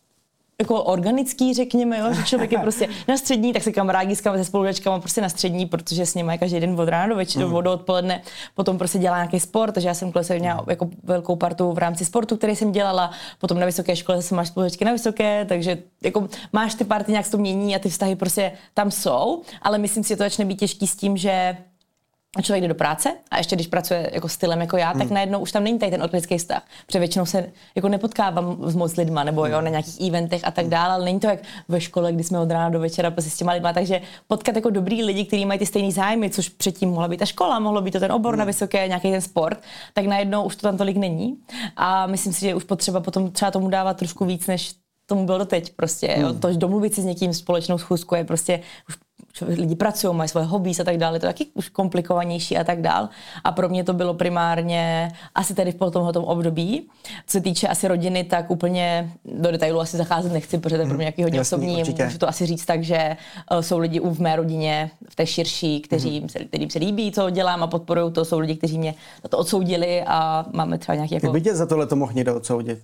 jako organický, řekněme, jo, že člověk je prostě na střední, tak se kamarádi se spolužačkama prostě na střední, protože s nimi je každý den od rána do večera, mm. do odpoledne, potom prostě dělá nějaký sport, takže já jsem kvůli se měla jako velkou partu v rámci sportu, který jsem dělala, potom na vysoké škole zase máš spolužačky na vysoké, takže jako máš ty party, nějak se to mění a ty vztahy prostě tam jsou, ale myslím si, že to začne být těžký s tím, že člověk jde do práce a ještě když pracuje jako stylem jako já, hmm. tak najednou už tam není tady ten organický vztah. Protože většinou se jako nepotkávám s moc lidma nebo jo, na nějakých eventech a tak dále, ale není to jak ve škole, kdy jsme od rána do večera prostě s těma lidma, takže potkat jako dobrý lidi, kteří mají ty stejný zájmy, což předtím mohla být ta škola, mohlo být to ten obor hmm. na vysoké, nějaký ten sport, tak najednou už to tam tolik není a myslím si, že je už potřeba potom třeba tomu dávat trošku víc, než tomu bylo doteď prostě. Hmm. Jo. To, domluvit si s někým společnou schůzku je prostě už lidi pracují, mají svoje hobbies a tak dále, to je taky už komplikovanější a tak dál. A pro mě to bylo primárně asi tady v tomhletom období. Co se týče asi rodiny, tak úplně do detailu asi zacházet nechci, protože to je pro mě nějaký hodně Jasný, osobní. Určitě. Můžu to asi říct tak, že uh, jsou lidi v mé rodině, v té širší, kteří, mm. se, kterým se líbí, co dělám a podporují to. Jsou lidi, kteří mě za to odsoudili a máme třeba nějaký jako... Jak by tě za tohle to mohl někdo odsoudit?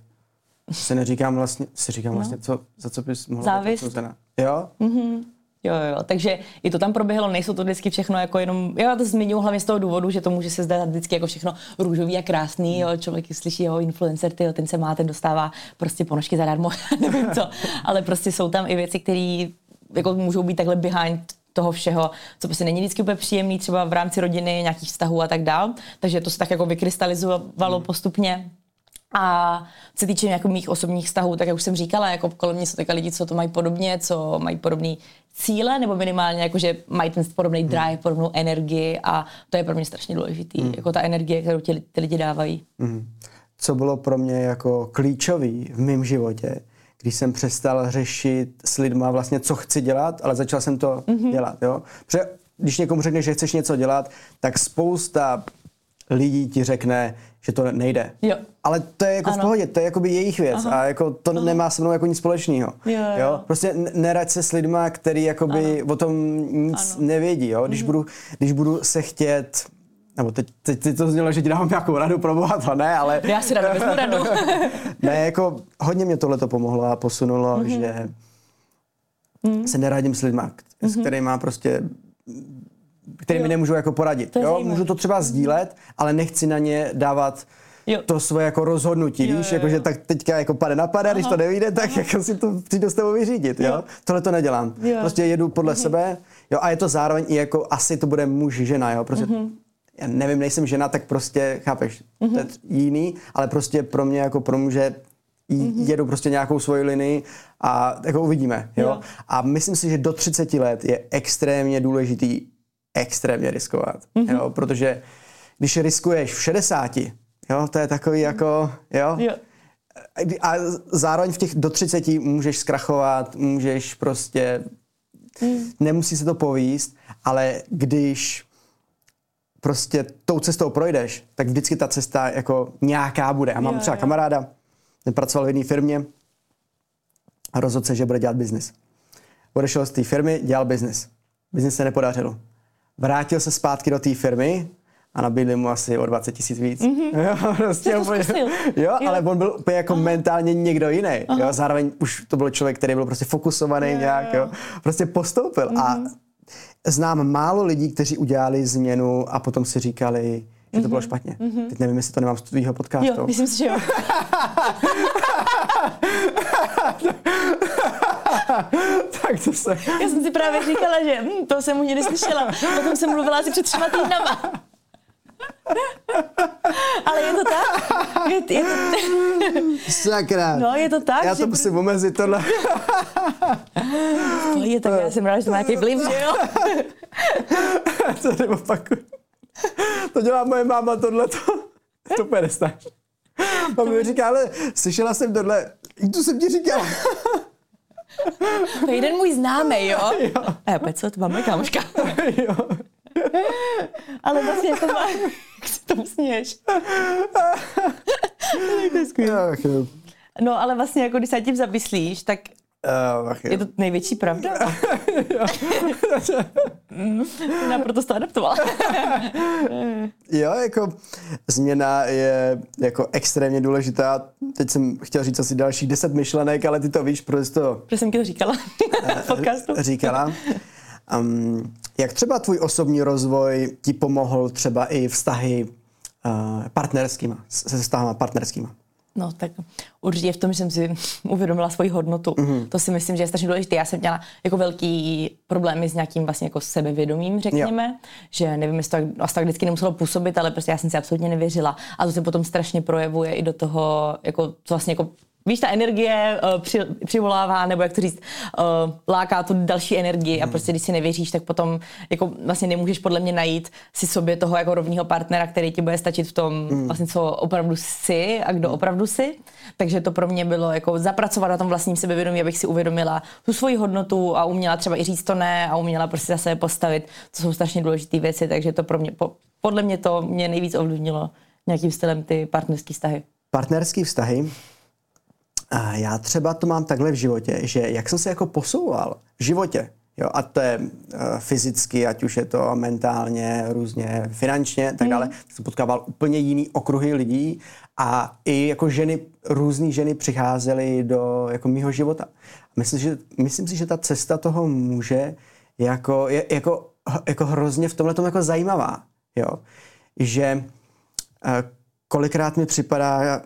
Si neříkám vlastně, si říkám no. vlastně, co, za co bys mohla být odsouzená. Jo? Mm-hmm. Jo, jo, takže i to tam proběhlo, nejsou to vždycky všechno jako jenom, jo, já to zmiňuji hlavně z toho důvodu, že to může se zdát vždycky jako všechno růžový a krásný, jo, člověk slyší jeho influencer, tyjo, ten se má, ten dostává prostě ponožky zadarmo, nevím co, ale prostě jsou tam i věci, které jako můžou být takhle behind toho všeho, co prostě není vždycky úplně příjemný, třeba v rámci rodiny, nějakých vztahů a tak dál, takže to se tak jako vykrystalizovalo hmm. postupně. A co se týče jako mých osobních vztahů, tak jak už jsem říkala, jako kolem mě jsou také lidi, co to mají podobně, co mají podobné cíle, nebo minimálně jako, že mají ten podobný drive, hmm. podobnou energii a to je pro mě strašně důležitý, hmm. jako ta energie, kterou ti ty lidi dávají. Hmm. Co bylo pro mě jako klíčový v mém životě, když jsem přestal řešit s lidma vlastně, co chci dělat, ale začal jsem to hmm. dělat, jo. Protože když někomu řekneš, že chceš něco dělat, tak spousta lidí ti řekne, že to nejde. Jo. Ale to je jako ano. v pohodě, to je jakoby jejich věc. Aha. A jako to Aha. nemá se mnou jako nic společného. Jo, jo. Jo? Prostě neraď se s lidma, který jakoby ano. o tom nic ano. nevědí. Jo? Když, mm. budu, když budu se chtět nebo teď, teď, teď to znělo, že ti dávám nějakou radu, pro boha to ne, ale... Já si radu vezmu radu. Ne, jako hodně mě tohle to pomohlo a posunulo, mm-hmm. že mm. se neradím s lidma, s mm-hmm. kterými prostě, který mi nemůžu jako poradit. Jo? Můžu to třeba sdílet, ale nechci na ně dávat jo. to svoje jako rozhodnutí, jo, víš, jo, jo. Jako, že tak teďka jako pade na pade, když to nevyjde, tak aha. jako si to přijdu s tebou vyřídit, jo. jo. Tohle to nedělám. Jo. Prostě jedu podle mm-hmm. sebe, jo, a je to zároveň i jako, asi to bude muž, žena, jo, prostě mm-hmm. já nevím, nejsem žena, tak prostě, chápeš, mm-hmm. to je jiný, ale prostě pro mě jako pro muže mm-hmm. jedu prostě nějakou svoji linii a jako uvidíme, jo. jo. A myslím si, že do třiceti let je extrémně důležitý extrémně riskovat, mm-hmm. jo, protože když riskuješ v šedesáti, jo, to je takový jako, jo, jo. A zároveň v těch do třiceti můžeš zkrachovat, můžeš prostě, mm. nemusí se to povíst, ale když prostě tou cestou projdeš, tak vždycky ta cesta jako nějaká bude. A mám jo, třeba jo. kamaráda, ten pracoval v jedné firmě a rozhodl se, že bude dělat biznis. Odešel z té firmy, dělal biznis. Biznis se nepodařilo. Vrátil se zpátky do té firmy a nabídli mu asi o dvacet tisíc víc. Mm-hmm. Jo, prostě to úplně, jo, jo, ale on byl úplně jako aha. mentálně někdo jiný. Jo, zároveň už to byl člověk, který byl prostě fokusovaný jo, nějak, jo. Prostě postoupil. Mm-hmm. A znám málo lidí, kteří udělali změnu a potom si říkali, že to bylo špatně. Mm-hmm. Teď nevím, jestli to nemám z tvýho podcastu. Jo, myslím si, že jo. Tak to se... Já jsem si právě říkala, že hm, to jsem u něj neslyšela. Potom jsem mluvila asi před třema týdnama. Ale je to tak? Je, je to... Sakra. No, je to tak. Já to musím že... omezit tohle. To je tak, já jsem ráda, že to má nějaký vliv, že jo? To neopakuju. To dělá moje máma tohleto. To úplně nestáš. Mama mi říká, ale slyšela jsem tohle. I tu jsem ti říkala. To je jeden můj známej, jo? Jo. A já co, to má moje kámoška. Jo. Ale vlastně jako má... Jak se tomu směješ? To je skvělé. No ale vlastně jako když se tím zamyslíš, tak uh, je to největší pravda. Já proto se to adaptovala. Jo, jako změna je jako extrémně důležitá. Teď jsem chtěl říct asi dalších deset myšlenek, ale ty to víš, protože to... Protože jsem ti to říkala v podcastu. Říkala. Um, jak třeba tvůj osobní rozvoj ti pomohl třeba i vztahy uh, partnerskýma, se vztahama partnerskýma? No tak určitě v tom, že jsem si uvědomila svoji hodnotu. Mm-hmm. To si myslím, že je strašně důležité. Já jsem měla jako velký problémy s nějakým vlastně jako sebevědomím, řekněme. Jo. Že nevím, jestli to asi tak vždycky nemuselo působit, ale prostě já jsem si absolutně nevěřila. A to se potom strašně projevuje i do toho, jako co vlastně jako víš, ta energie uh, při, přivolává, nebo jak to říct, uh, láká tu další energii a prostě když si nevěříš, tak potom jako vlastně nemůžeš podle mě najít si sobě toho jako rovného partnera, který ti bude stačit v tom vlastně, co opravdu jsi a kdo opravdu jsi. Takže to pro mě bylo jako zapracovat na tom vlastním sebevědomí, abych si uvědomila tu svoji hodnotu a uměla třeba i říct to ne a uměla prostě za sebe postavit. To jsou strašně důležité věci, takže to pro mě, po, podle mě to mě nejvíc ovlivnilo nějakým stylem ty partnerský vztahy. Partnerský vztahy? A já třeba to mám takhle v životě, že jak jsem se jako posouval v životě, jo, a to je uh, fyzicky, ať už je to mentálně, různě finančně, tak dále, mm. jsem potkával úplně jiný okruhy lidí a i jako ženy, různý ženy přicházely do jako mýho života. Myslím, že, myslím si, že ta cesta toho muže jako, je jako, jako hrozně v tomhle tom jako zajímavá, jo, že uh, kolikrát mi připadá,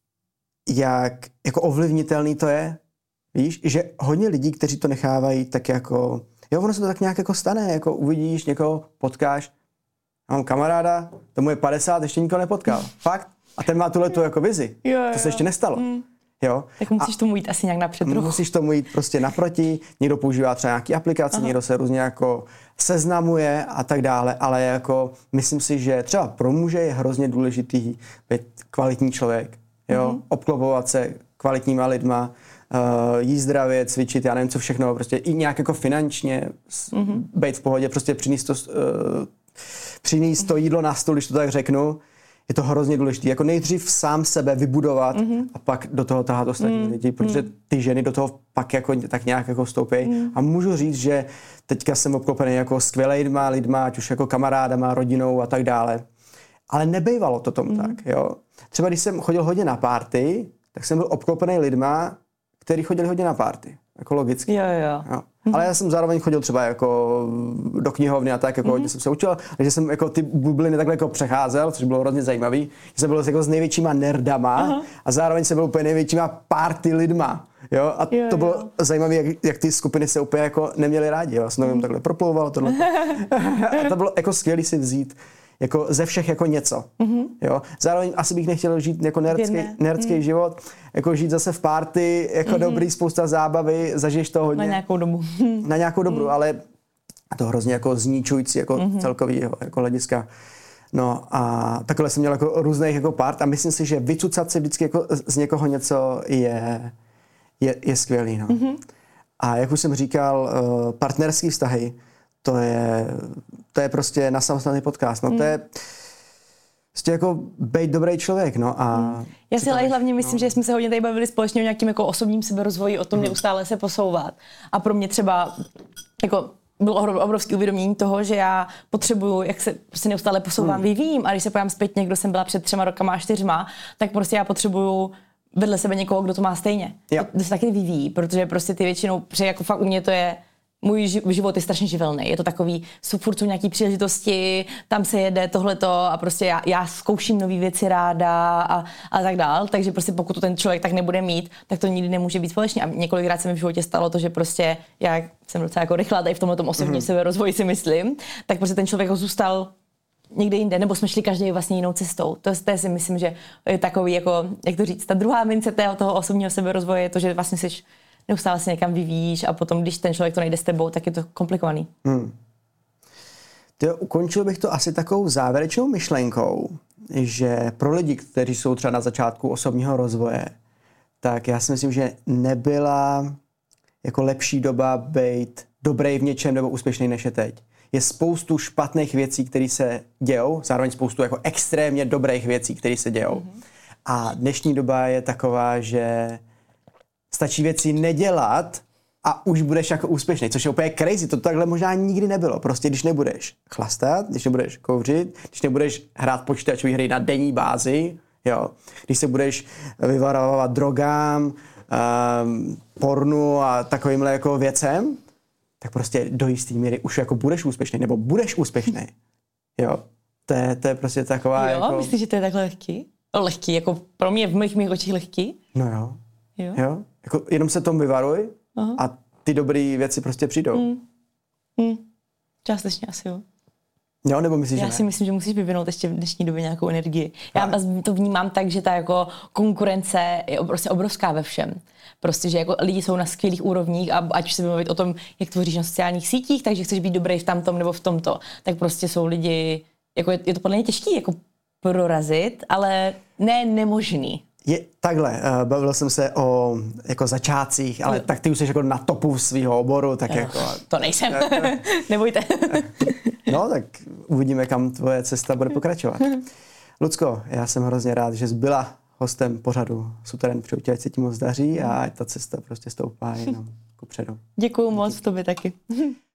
jak jako ovlivnitelný to je, víš, že hodně lidí, kteří to nechávají tak jako, jo, ono se to tak nějak jako stane, jako uvidíš někoho, potkáš, já mám kamaráda, tomu je padesát, ještě nikoho nepotkal, fakt, a ten má tuhletu jako vizi, jo, jo. To se ještě nestalo, mm. jo. Tak musíš a tomu jít asi nějak napřed trochu. Musíš tomu jít prostě naproti, někdo používá třeba nějaký aplikace, aha. Někdo se různě jako seznamuje a tak dále, ale jako myslím si, že třeba pro muže je hrozně důležitý být kvalitní člověk, jo, mm-hmm. obklopovat se kvalitníma lidma, uh, jíst zdravě, cvičit, já nevím co všechno, prostě i nějak jako finančně mm-hmm. být v pohodě, prostě přinést to, uh, přinést to jídlo na stůl, když to tak řeknu, je to hrozně důležité. Jako nejdřív sám sebe vybudovat mm-hmm. a pak do toho tahat ostatní mm-hmm. lidi, protože ty ženy do toho pak jako tak nějak jako vstoupí. Mm-hmm. A můžu říct, že teďka jsem obklopený jako skvělejma lidma, ať už jako kamarádama, rodinou a tak dále. Ale nebejvalo to tomu mm. tak, jo. Třeba když jsem chodil hodně na party, tak jsem byl obklopený lidma, kteří chodili hodně na party. Jako logicky. Jo, jo. jo. Mm. Ale já jsem zároveň chodil třeba jako do knihovny a tak, jako mm. hodně jsem se učil, takže jsem jako ty bubliny takhle jako přecházel, což bylo hrozně zajímavý. Jsem byl jako s největšíma nerdama Aha. a zároveň jsem byl úplně největšíma party lidma. Jo? A jo, to bylo jo. zajímavé, jak, jak ty skupiny se úplně jako neměly rádi. Jo? Já jsem to mm. takhle proplouval tohle. A to bylo jako skvělý si vzít jako ze všech jako něco. Mm-hmm. Jo? Zároveň asi bych nechtěl žít jako nerdský, nerdský mm. život, jako žít zase v party, jako mm-hmm. dobrý, spousta zábavy, zažiješ to hodně. Na nějakou dobu. Na nějakou dobu, mm. ale to hrozně jako zničující jako mm-hmm. celkový jako hlediska. No a takhle jsem měl jako různých jako part a myslím si, že vycucat si vždycky jako z někoho něco je, je, je skvělý. No. Mm-hmm. A jak už jsem říkal, partnerský vztahy, to je, to je prostě na samostatný podcast. No, mm. to je prostě jako být dobrý člověk. No, a mm. Já si ale hlavně myslím, no. že jsme se hodně tady bavili společně o nějakým jako osobním seberozvoji, o tom mm. neustále se posouvat. A pro mě třeba jako bylo obrovské uvědomění toho, že já potřebuju, jak se prostě neustále posouvám, mm. vyvíjím. A když se pojám zpětně, kdo jsem byla před třema rokama a čtyřma, tak prostě já potřebuju vedle sebe někoho, kdo to má stejně. Jo. To se taky vyvíjí, protože prostě ty většinou, protože jako fakt u mě to je můj život je strašně živelný. Je to takový, furt jsou nějaký příležitosti, tam se jede tohleto a prostě já, já zkouším nový věci ráda a, a tak dál. Takže prostě pokud to ten člověk tak nebude mít, tak to nikdy nemůže být společně. A několikrát se mi v životě stalo to, že prostě já jsem docela jako rychlá tady v tomhle osobním mm-hmm. seberozvoji si myslím, tak prostě ten člověk ho zůstal někde jinde, nebo jsme šli každý vlastně jinou cestou. To, to si myslím, že je takový, jako, jak to říct, ta druhá mince toho osobního seberozvoje je to, že vlastně jsi neustále se někam vyvíjíš a potom, když ten člověk to nejde s tebou, tak je to komplikovaný. Hmm. Tyjo, ukončil bych to asi takovou závěrečnou myšlenkou, že pro lidi, kteří jsou třeba na začátku osobního rozvoje, tak já si myslím, že nebyla jako lepší doba být dobrý v něčem nebo úspěšný než je teď. Je spoustu špatných věcí, které se dějou, zároveň spoustu jako extrémně dobrých věcí, které se dějou. Mm-hmm. A dnešní doba je taková, že stačí věci nedělat a už budeš jako úspěšný, což je úplně crazy, to takhle možná nikdy nebylo. Prostě když nebudeš chlastat, když nebudeš kouřit, když nebudeš hrát počítačové hry na denní bázi, jo, když se budeš vyvarovat drogám, um, pornu a takovýmhle jako věcem, tak prostě do jistý míry už jako budeš úspěšný, nebo budeš úspěšný. Jo, to je, to je prostě taková jo, jako... myslíš, že to je takhle lehký? No, lehký, jako pro mě v mých, mých očích lehký? No jo. Jo? jo? Jako jenom se tomu vyvaruj Aha. a ty dobré věci prostě přijdou. Mm. Mm. Částečně asi jo. Jo, nebo myslíš, Já že si ne? myslím, že musíš vyvinout ještě v dnešní době nějakou energii. Já to vnímám tak, že ta jako konkurence je prostě obrovská ve všem. Prostě, že jako lidi jsou na skvělých úrovních a ať už se mluvit o tom, jak tvoříš na sociálních sítích, takže chceš být dobrý v tamtom nebo v tomto, tak prostě jsou lidi, jako je, je to podle mě těžký jako prorazit, ale ne nemožný. Je takhle, uh, bavil jsem se o jako začátcích, ale no. tak ty už jsi jako na topu svého oboru, tak jo, jako... To nejsem, nebojte. No, tak uvidíme, kam tvoje cesta bude pokračovat. Lucko, já jsem hrozně rád, že jsi byla hostem pořadu Suterén, přeju ti, ať se ti moc daří a ať ta cesta prostě stoupá jenom kupředu. Děkuju moc, tobě taky.